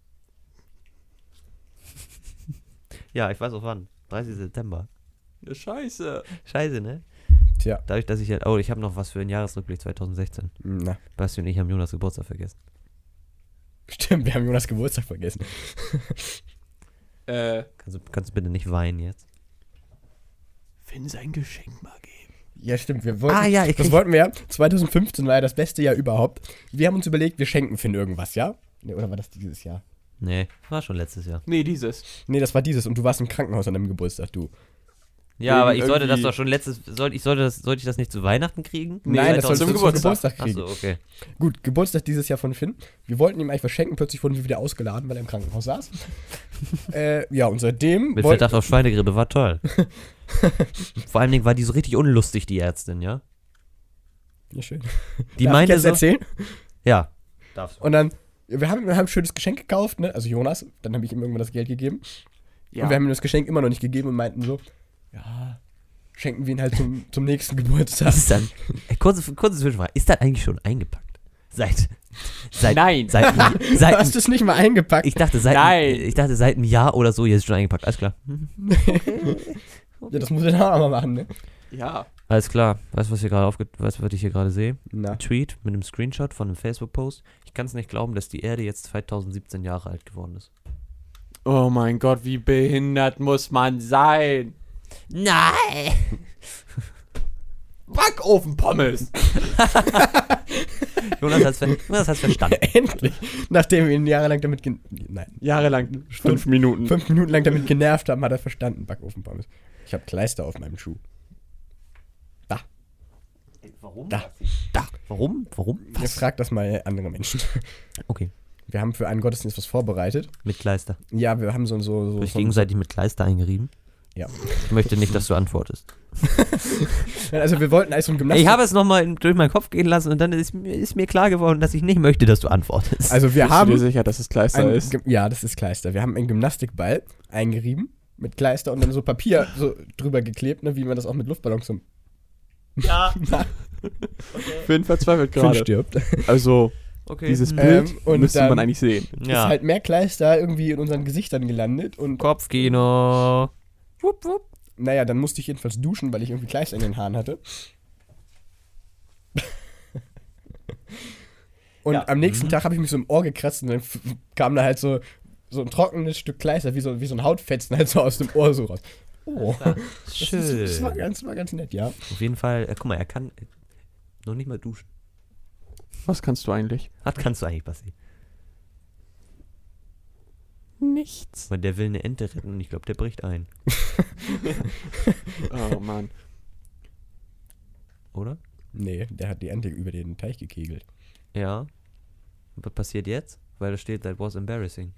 Ja, ich weiß auch wann. dreißigsten September. Ja, scheiße. Scheiße, ne? Tja, Dadurch, dass ich halt, oh, ich habe noch was für den Jahresrückblick zwanzig sechzehn. na, Basti und ich haben Jonas Geburtstag vergessen. stimmt, wir haben Jonas Geburtstag vergessen. Äh, Kannst du, kannst du bitte nicht weinen jetzt? Finn sein Geschenk mal geben. Ja, stimmt, wir wollten, Ah, ja, ich das krieg- wollten wir ja. zwanzig fünfzehn war ja das beste Jahr überhaupt. Wir haben uns überlegt, wir schenken Finn irgendwas, ja? Nee, oder war das dieses Jahr? Nee, war schon letztes Jahr. Nee, dieses. Nee, das war dieses und du warst im Krankenhaus an deinem Geburtstag, du. Ja, Wegen aber ich sollte das irgendwie- doch schon letztes, soll, ich sollte das, sollte ich das nicht zu Weihnachten kriegen? Nein, das sollst du zum Geburtstag. Geburtstag kriegen. Achso, okay. Gut, Geburtstag dieses Jahr von Finn. Wir wollten ihm eigentlich was schenken, plötzlich wurden wir wieder ausgeladen, weil er im Krankenhaus saß. äh, ja, und seitdem Mit wollten- Verdacht auf Schweinegrippe, war toll. Vor allen Dingen war die so richtig unlustig, die Ärztin, ja? Ja, schön. Die Darf meinte ich jetzt so, erzählen? ja. Darfst du. Und dann, wir haben, wir haben ein schönes Geschenk gekauft, ne? Also Jonas, dann habe ich ihm irgendwann das Geld gegeben. Ja. Und wir haben ihm das Geschenk immer noch nicht gegeben und meinten so, ja, schenken wir ihn halt zum, zum nächsten Geburtstag. Was ist dann? Ey, kurze, kurze Zwischenfrage. Ist das eigentlich schon eingepackt? Seit. seit Nein. Seit, Du seit, hast es nicht mal eingepackt. ich, dachte, seit, Nein. ich dachte, seit einem Jahr oder so, jetzt schon eingepackt. Alles klar. Ja, das muss er dann auch mal machen, ne? Ja. Alles klar. Weißt du, was, hier gerade aufge- weißt du, was ich hier gerade sehe? Na. Ein Tweet mit einem Screenshot von einem Facebook-Post. Ich kann es nicht glauben, dass die Erde jetzt zwanzig siebzehn Jahre alt geworden ist. Oh mein Gott, wie behindert muss man sein? Nein! Backofenpommes. Jonas hat's, ver Jonas hat's verstanden. Endlich. Nachdem wir ihn jahrelang damit gen Nein. Jahrelang. Fünf Minuten. Fünf Minuten lang damit genervt haben, hat er verstanden, Backofenpommes. Ich habe Kleister auf meinem Schuh. Warum? Da. Da. Warum? Warum? Ihr fragt das mal andere Menschen. Okay. Wir haben für einen Gottesdienst was vorbereitet. Mit Kleister. Ja, wir haben so so so. Habe ich so gegenseitig mit Kleister eingerieben? Ja. Ich möchte nicht, dass du antwortest. Also wir wollten eigentlich so ein Ich Gymnastik. habe es nochmal durch meinen Kopf gehen lassen und dann ist mir, ist mir klar geworden, dass ich nicht möchte, dass du antwortest. Also wir Bist du haben dir sicher, dass es Kleister ein, ist? Gym- ja, das ist Kleister. Wir haben einen Gymnastikball eingerieben mit Kleister und dann so Papier so drüber geklebt, ne, wie man das auch mit Luftballons so ja. Finn verzweifelt Finn gerade. stirbt. Also, Okay. dieses Hm. Bild Ähm, und müsste dann- man eigentlich sehen. ja. Ist halt mehr Kleister irgendwie in unseren Gesichtern gelandet und Kopfkino. Wupp, wupp. naja, dann musste ich jedenfalls duschen, weil ich irgendwie Kleister in den Haaren hatte. Und Ja. am nächsten Mhm. Tag habe ich mich so im Ohr gekratzt und dann f- kam da halt so, so ein trockenes Stück Kleister, wie so, wie so ein Hautfetzen halt so aus dem Ohr so raus. Oh, das, Schön. ist, das, war ganz, war ganz nett, ja. Auf jeden Fall, äh, guck mal, er kann äh, noch nicht mal duschen. Was kannst du eigentlich? Was kannst du eigentlich, Basti? Nichts. Weil der will eine Ente retten und ich glaube, der bricht ein. Oh Mann. Oder? Nee, der hat die Ente über den Teich gekegelt. Ja. Und was passiert jetzt? Weil da steht, that was embarrassing.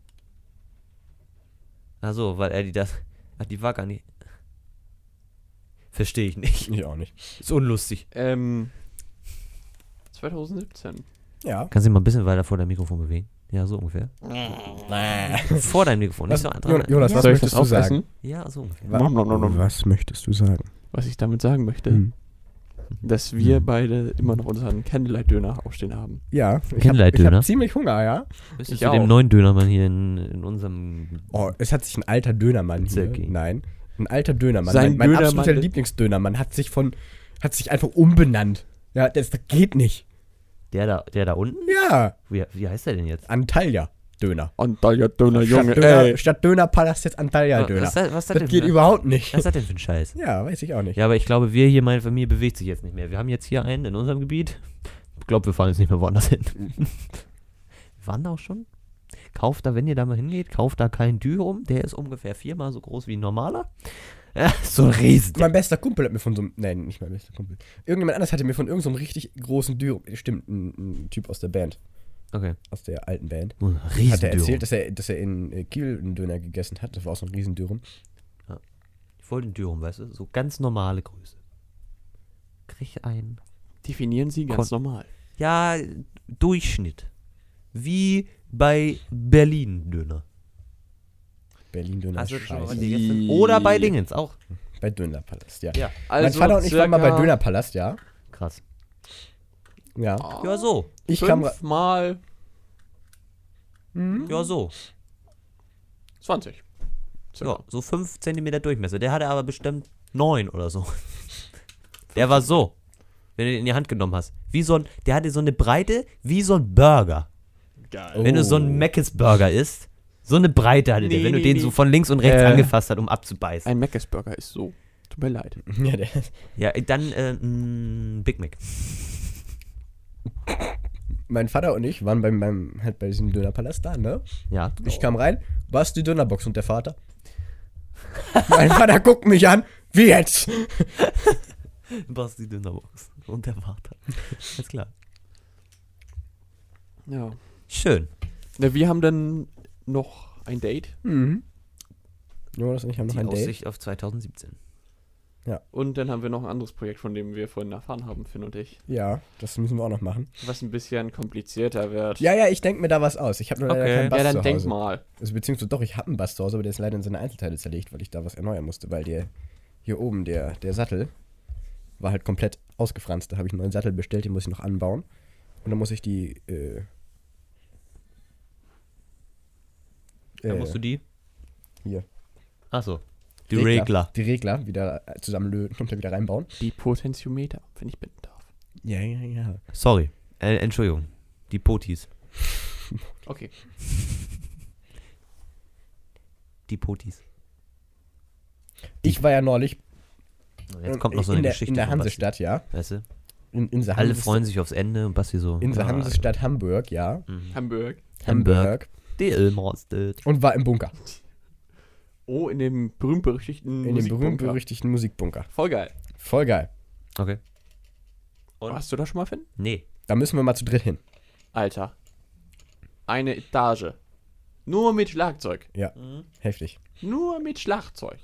Ach so, weil er die das... Ach, die war gar nicht... Verstehe ich nicht. Ich auch nicht. Ist unlustig. Ähm. zwanzig siebzehn. Ja. Kannst du dich mal ein bisschen weiter vor deinem Mikrofon bewegen? Ja, so ungefähr. vor deinem Mikrofon, nicht Was, so dran. Jonas, ja, was Soll ich möchtest das du sagen? aufessen? ja, so ungefähr. Wa- Nom, nom, nom, nom. Was möchtest du sagen? Was ich damit sagen möchte, Hm. dass wir Hm. beide immer noch unseren Candlelight-Döner aufstehen haben. Ja, ich habe Candlelight-Döner? hab ziemlich Hunger, ja. Bist Ich du zu dem auch. neuen Dönermann hier in, in unserem... Oh, es hat sich ein alter Dönermann hier. Zirki. Nein, ein alter Dönermann. Sein mein mein Dönermann- absoluter Lieblingsdönermann hat sich von, hat sich einfach umbenannt. Ja, das, das geht nicht. Der da, der da unten? Ja, Wie, wie heißt der denn jetzt? Antalya Döner. Antalya Döner, Junge, statt, Döner ey. statt Dönerpalast jetzt Antalya Was, Döner. ist das, was ist das, Das denn geht für, überhaupt nicht. was ist das denn für ein Scheiß? Ja, weiß ich auch nicht. Ja, aber ich glaube, wir hier, meine Familie, bewegt sich jetzt nicht mehr. Wir haben jetzt hier einen in unserem Gebiet. Ich glaube, wir fahren jetzt nicht mehr woanders hin. wir waren da auch schon. Kauft da, wenn ihr da mal hingeht, kauft da keinen Dürum. Der ist ungefähr viermal so groß wie ein normaler. Ja, so ein Riesen. Mein bester Kumpel hat mir von so einem, nein, nicht mein bester Kumpel. Irgendjemand anders hatte mir von irgendeinem so einem richtig großen Dürüm, stimmt, ein, ein Typ aus der Band, Okay. aus der alten Band, Ein hat er Riesen erzählt, dass er, dass er in äh, Kiel einen Döner gegessen hat. Das war auch so ein Riesendürüm. Voll den Dürum, weißt du? So ganz normale Größe. Krieg einen. Definieren Sie ganz Kon- normal. Ja, Durchschnitt. Wie bei Berlin-Döner. Berlin-Döner ist Hast du schon mal was scheiße. gegessen? Oder bei Dingens auch. Bei Dönerpalast, ja. Ja. mein Vater und ich waren mal bei Dönerpalast, ja. Krass. Ja. Ja, so. Ich kam ra- Fünfmal Mhm. Ja, so. zwanzig. Ja, so fünf Zentimeter Durchmesser. Der hatte aber bestimmt neun oder so. Der war so, wenn du den in die Hand genommen hast. Wie so ein, der hatte so eine Breite wie so ein Burger. Geil. Oh. Wenn du so einen Mc's Burger isst, so eine Breite hatte der, Nee, wenn du nee, den nee. so von links und rechts Äh, angefasst hast, um abzubeißen. Ein Mc's Burger ist so. Tut mir leid. Ja, der, Ja, dann äh, ein Big Mac. mein Vater und ich waren beim, beim, halt bei diesem Dönerpalast da, ne? Ja. Ich kam rein, was die Dönerbox und der Vater? Mein Vater guckt mich an, wie jetzt? Basti Dönerbox. Und der Vater. Ist klar. Ja. Schön. Na, wir haben dann noch ein Date. Mhm. Jonas und ich haben noch Die ein Date. Aussicht auf zwanzig siebzehn. Und dann haben wir noch ein anderes Projekt, von dem wir vorhin erfahren haben, Finn und ich. Ja, das müssen wir auch noch machen. Was ein bisschen komplizierter wird. Ja, ja, ich denke mir da was aus. Ich habe nur leider Okay. keinen Bass Ja, dann zu denk Hause. mal. Also beziehungsweise doch, ich habe einen Bass zu Hause, aber der ist leider in seine Einzelteile zerlegt, weil ich da was erneuern musste, weil der hier oben, der, der Sattel, war halt komplett ausgefranst. Da habe ich einen neuen Sattel bestellt, den muss ich noch anbauen. Und dann muss ich die, äh, Dann äh, musst du die. hier. Achso. Die Regler. Die Regler wieder äh, zusammenlöten und dann wieder reinbauen. Die Potentiometer, wenn ich bitten darf. Ja, ja, ja. Sorry. Äh, Entschuldigung. Die Potis. Okay. Die Potis. Ich war ja neulich Jetzt kommt noch so in eine der, Geschichte. in der von Basti. Hansestadt, ja. Weißt du? In, in der Alle Hansestadt- freuen sich aufs Ende und Basti so. In der ah, Hansestadt Hamburg, ja. mhm. Hamburg. Hamburg. Die Ilmostet. Und war im Bunker. Oh, in dem berühmt-berüchtigten In dem Musikbunker. berühmt-berüchtigten Musikbunker. Voll geil. Voll geil. Okay. Und? Warst du da schon mal, Finn? Nee. Da müssen wir mal zu dritt hin. Alter. Eine Etage. Nur mit Schlagzeug. Ja, heftig. Nur mit Schlagzeug.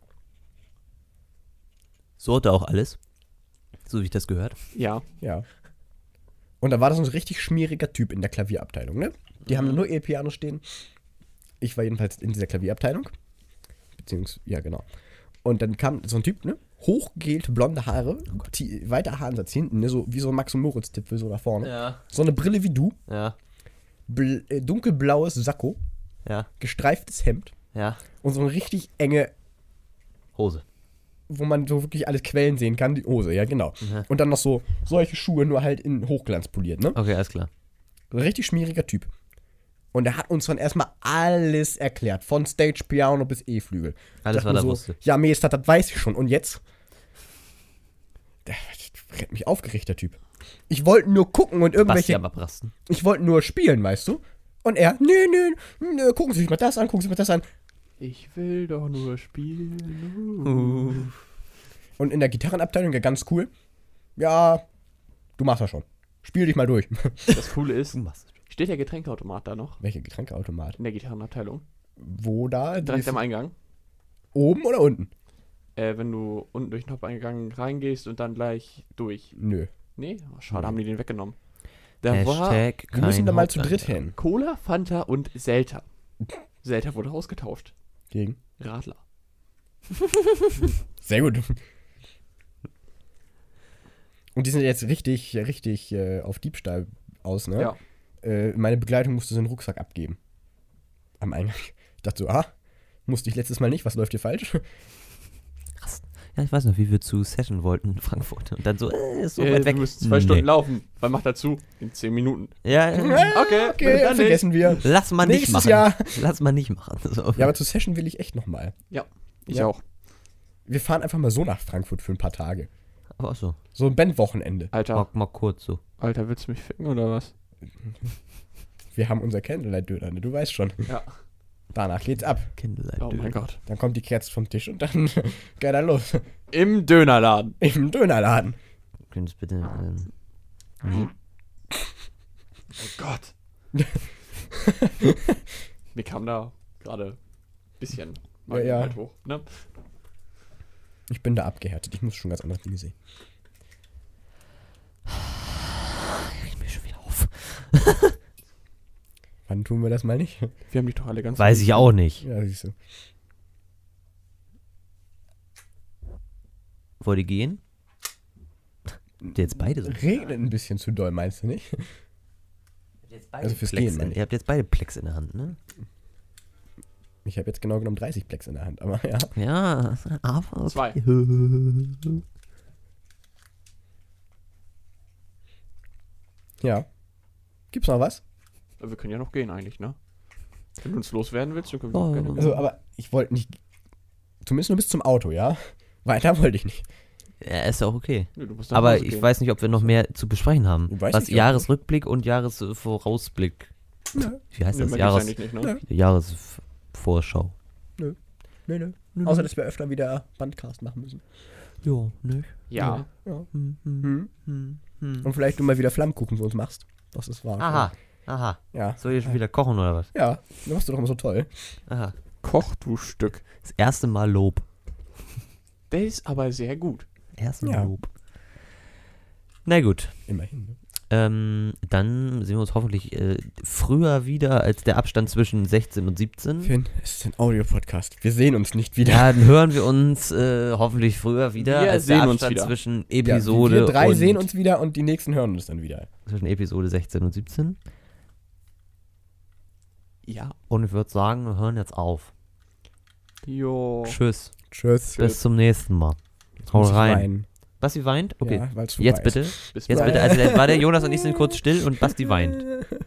So hat er auch alles. So wie ich das gehört. Ja. Ja. Und da war das so ein richtig schmieriger Typ in der Klavierabteilung, ne? Die haben nur E-Piano stehen. Ich war jedenfalls in dieser Klavierabteilung. Beziehungsweise, ja, genau. Und dann kam so ein Typ, ne? Hochgelte, blonde Haare, tie- weiter Haaransatz hinten, ne? So wie so ein Max- und Moritz-Tippel so nach vorne. Ja. So eine Brille wie du, Ja. bl- äh, dunkelblaues Sakko, Ja. gestreiftes Hemd Ja. und so eine richtig enge, Hose. wo man so wirklich alles Quellen sehen kann, die Hose, ja, genau. Mhm. Und dann noch so solche Schuhe, nur halt in Hochglanz poliert, ne? Okay, alles klar. So ein richtig schmieriger Typ. Und er hat uns dann erstmal alles erklärt. Von Stage, Piano bis E-Flügel. Alles, Dachte was mir er so, wusste. Ja, Meister, das weiß ich schon. Und jetzt? Der rennt mich aufgeregt, der Typ. Ich wollte nur gucken und Basti irgendwelche. am Abrasten. Ich wollte nur spielen, weißt du? Und er, nö, nö, nö, gucken Sie sich mal das an, gucken Sie sich mal das an. Ich will doch nur spielen. Uh. Und in der Gitarrenabteilung, ja, ganz cool. Ja, du machst das schon. Spiel dich mal durch. Das Coole ist, Du machst es. steht der Getränkeautomat da noch? Welcher Getränkeautomat? In der Gitarrenabteilung. Wo da? Direkt Dieses- am Eingang. Oben oder unten? Äh, wenn du unten durch den Haupteingang reingehst und dann gleich durch. Nö. Nee? Oh, schade, Nee. haben die den weggenommen. Da war Hashtag Wir müssen kein da mal zu Haupteingang. dritt hin. Cola, Fanta und Selta. Selta wurde ausgetauscht. Gegen. Radler. Sehr gut. Und die sind jetzt richtig, richtig äh, auf Diebstahl aus, ne? Ja. Äh, meine Begleitung musste so einen Rucksack abgeben. Am Eingang. Ich dachte so, ah, musste ich letztes Mal nicht, was läuft hier falsch? Ja, ich weiß noch, wie wir zu Session wollten in Frankfurt. Und dann so, äh, ist so äh, weit weg. Wir müssen zwei Nee. Stunden laufen. Wann macht er zu? In zehn Minuten. Ja, ja. Okay, Okay, dann nicht. vergessen wir. Lass mal nicht Nächstes machen. Jahr. Lass mal nicht machen. So. Ja, aber zu Session will ich echt nochmal. Ich Ja. auch. Wir fahren einfach mal so nach Frankfurt für ein paar Tage. Aber auch so. So ein Bandwochenende. Alter, Mal, mal kurz so. Alter, willst du mich ficken oder was? Wir haben unser Candlelight-Döner, ne? Du weißt schon. Ja. Danach geht's ab. Candlelight Oh mein Gott. Dann kommt die Kerze vom Tisch und dann geht er los. Im Dönerladen. Im Dönerladen. Könntest bitte. Ähm, mhm. Oh Gott. Mir kam da gerade ein bisschen Ja, ja. halt hoch. Ne? Ich bin da abgehärtet. Ich muss schon ganz andere Dinge sehen. Ich mich schon wieder auf. Wann tun wir das mal nicht? Wir haben die doch alle ganz. Weiß ich auch nicht. Ja, siehst du. Wollt ihr gehen? Habt ihr jetzt beide so? Regnet ein bisschen zu doll, meinst du nicht? Also fürs Plex Gehen, in, meine ich. ihr habt jetzt beide Plex in der Hand, ne? Ich habe jetzt genau genommen dreißig Plex in der Hand, aber ja. Ja, aber... Zwei. Ja. Gibt's noch was? Wir können ja noch gehen eigentlich, ne? Wenn du uns loswerden willst, dann können wir Oh. auch gerne gehen. Also, aber ich wollte nicht. Zumindest nur bis zum Auto, ja? Weiter wollte ich nicht. Ja, ist ja auch okay. Nee, du musst nach Aber Hause ich gehen. weiß nicht, ob wir noch mehr zu besprechen haben. Ich weiß Was nicht, ob- Jahresrückblick und Jahresvorausblick. Nö. Wie heißt Nee, das? mehr gibt's Jahres, eigentlich nicht, ne? Nö. Jahresvorschau. Nö, nö. Außer, dass wir öfter wieder Bandcast machen müssen. Jo, ne? Ja. Ja. Hm, hm, Hm. hm, hm. Und vielleicht du mal wieder Flammkuchen für uns machst. Was das war. Aha, aha. Ja. Soll ich schon wieder kochen oder was? Ja, das machst du doch immer so toll. Aha. Koch, du Stück. Das erste Mal Lob. Der ist aber sehr gut. Erste Mal Ja. Lob. Na gut. Immerhin. Ne? Ähm, dann sehen wir uns hoffentlich äh, früher wieder als der Abstand zwischen sechzehn und siebzehn. Finn, es ist ein Audio-Podcast. Wir sehen uns nicht wieder. Ja, dann hören wir uns äh, hoffentlich früher wieder Wir als sehen der uns Abstand wieder. zwischen Ja, Episode wir drei und sehen uns wieder und die nächsten hören uns dann wieder. zwischen Episode sechzehn und siebzehn. Ja. Und ich würde sagen, wir hören jetzt auf. Jo. Tschüss. Tschüss. Bis zum nächsten Mal. Hau Muss ich rein. weinen. Basti weint? Okay. Ja, weil's Jetzt vorbei ist. bitte. Bis Jetzt bald. bitte. Also war der Jonas und ich sind kurz still und Basti weint.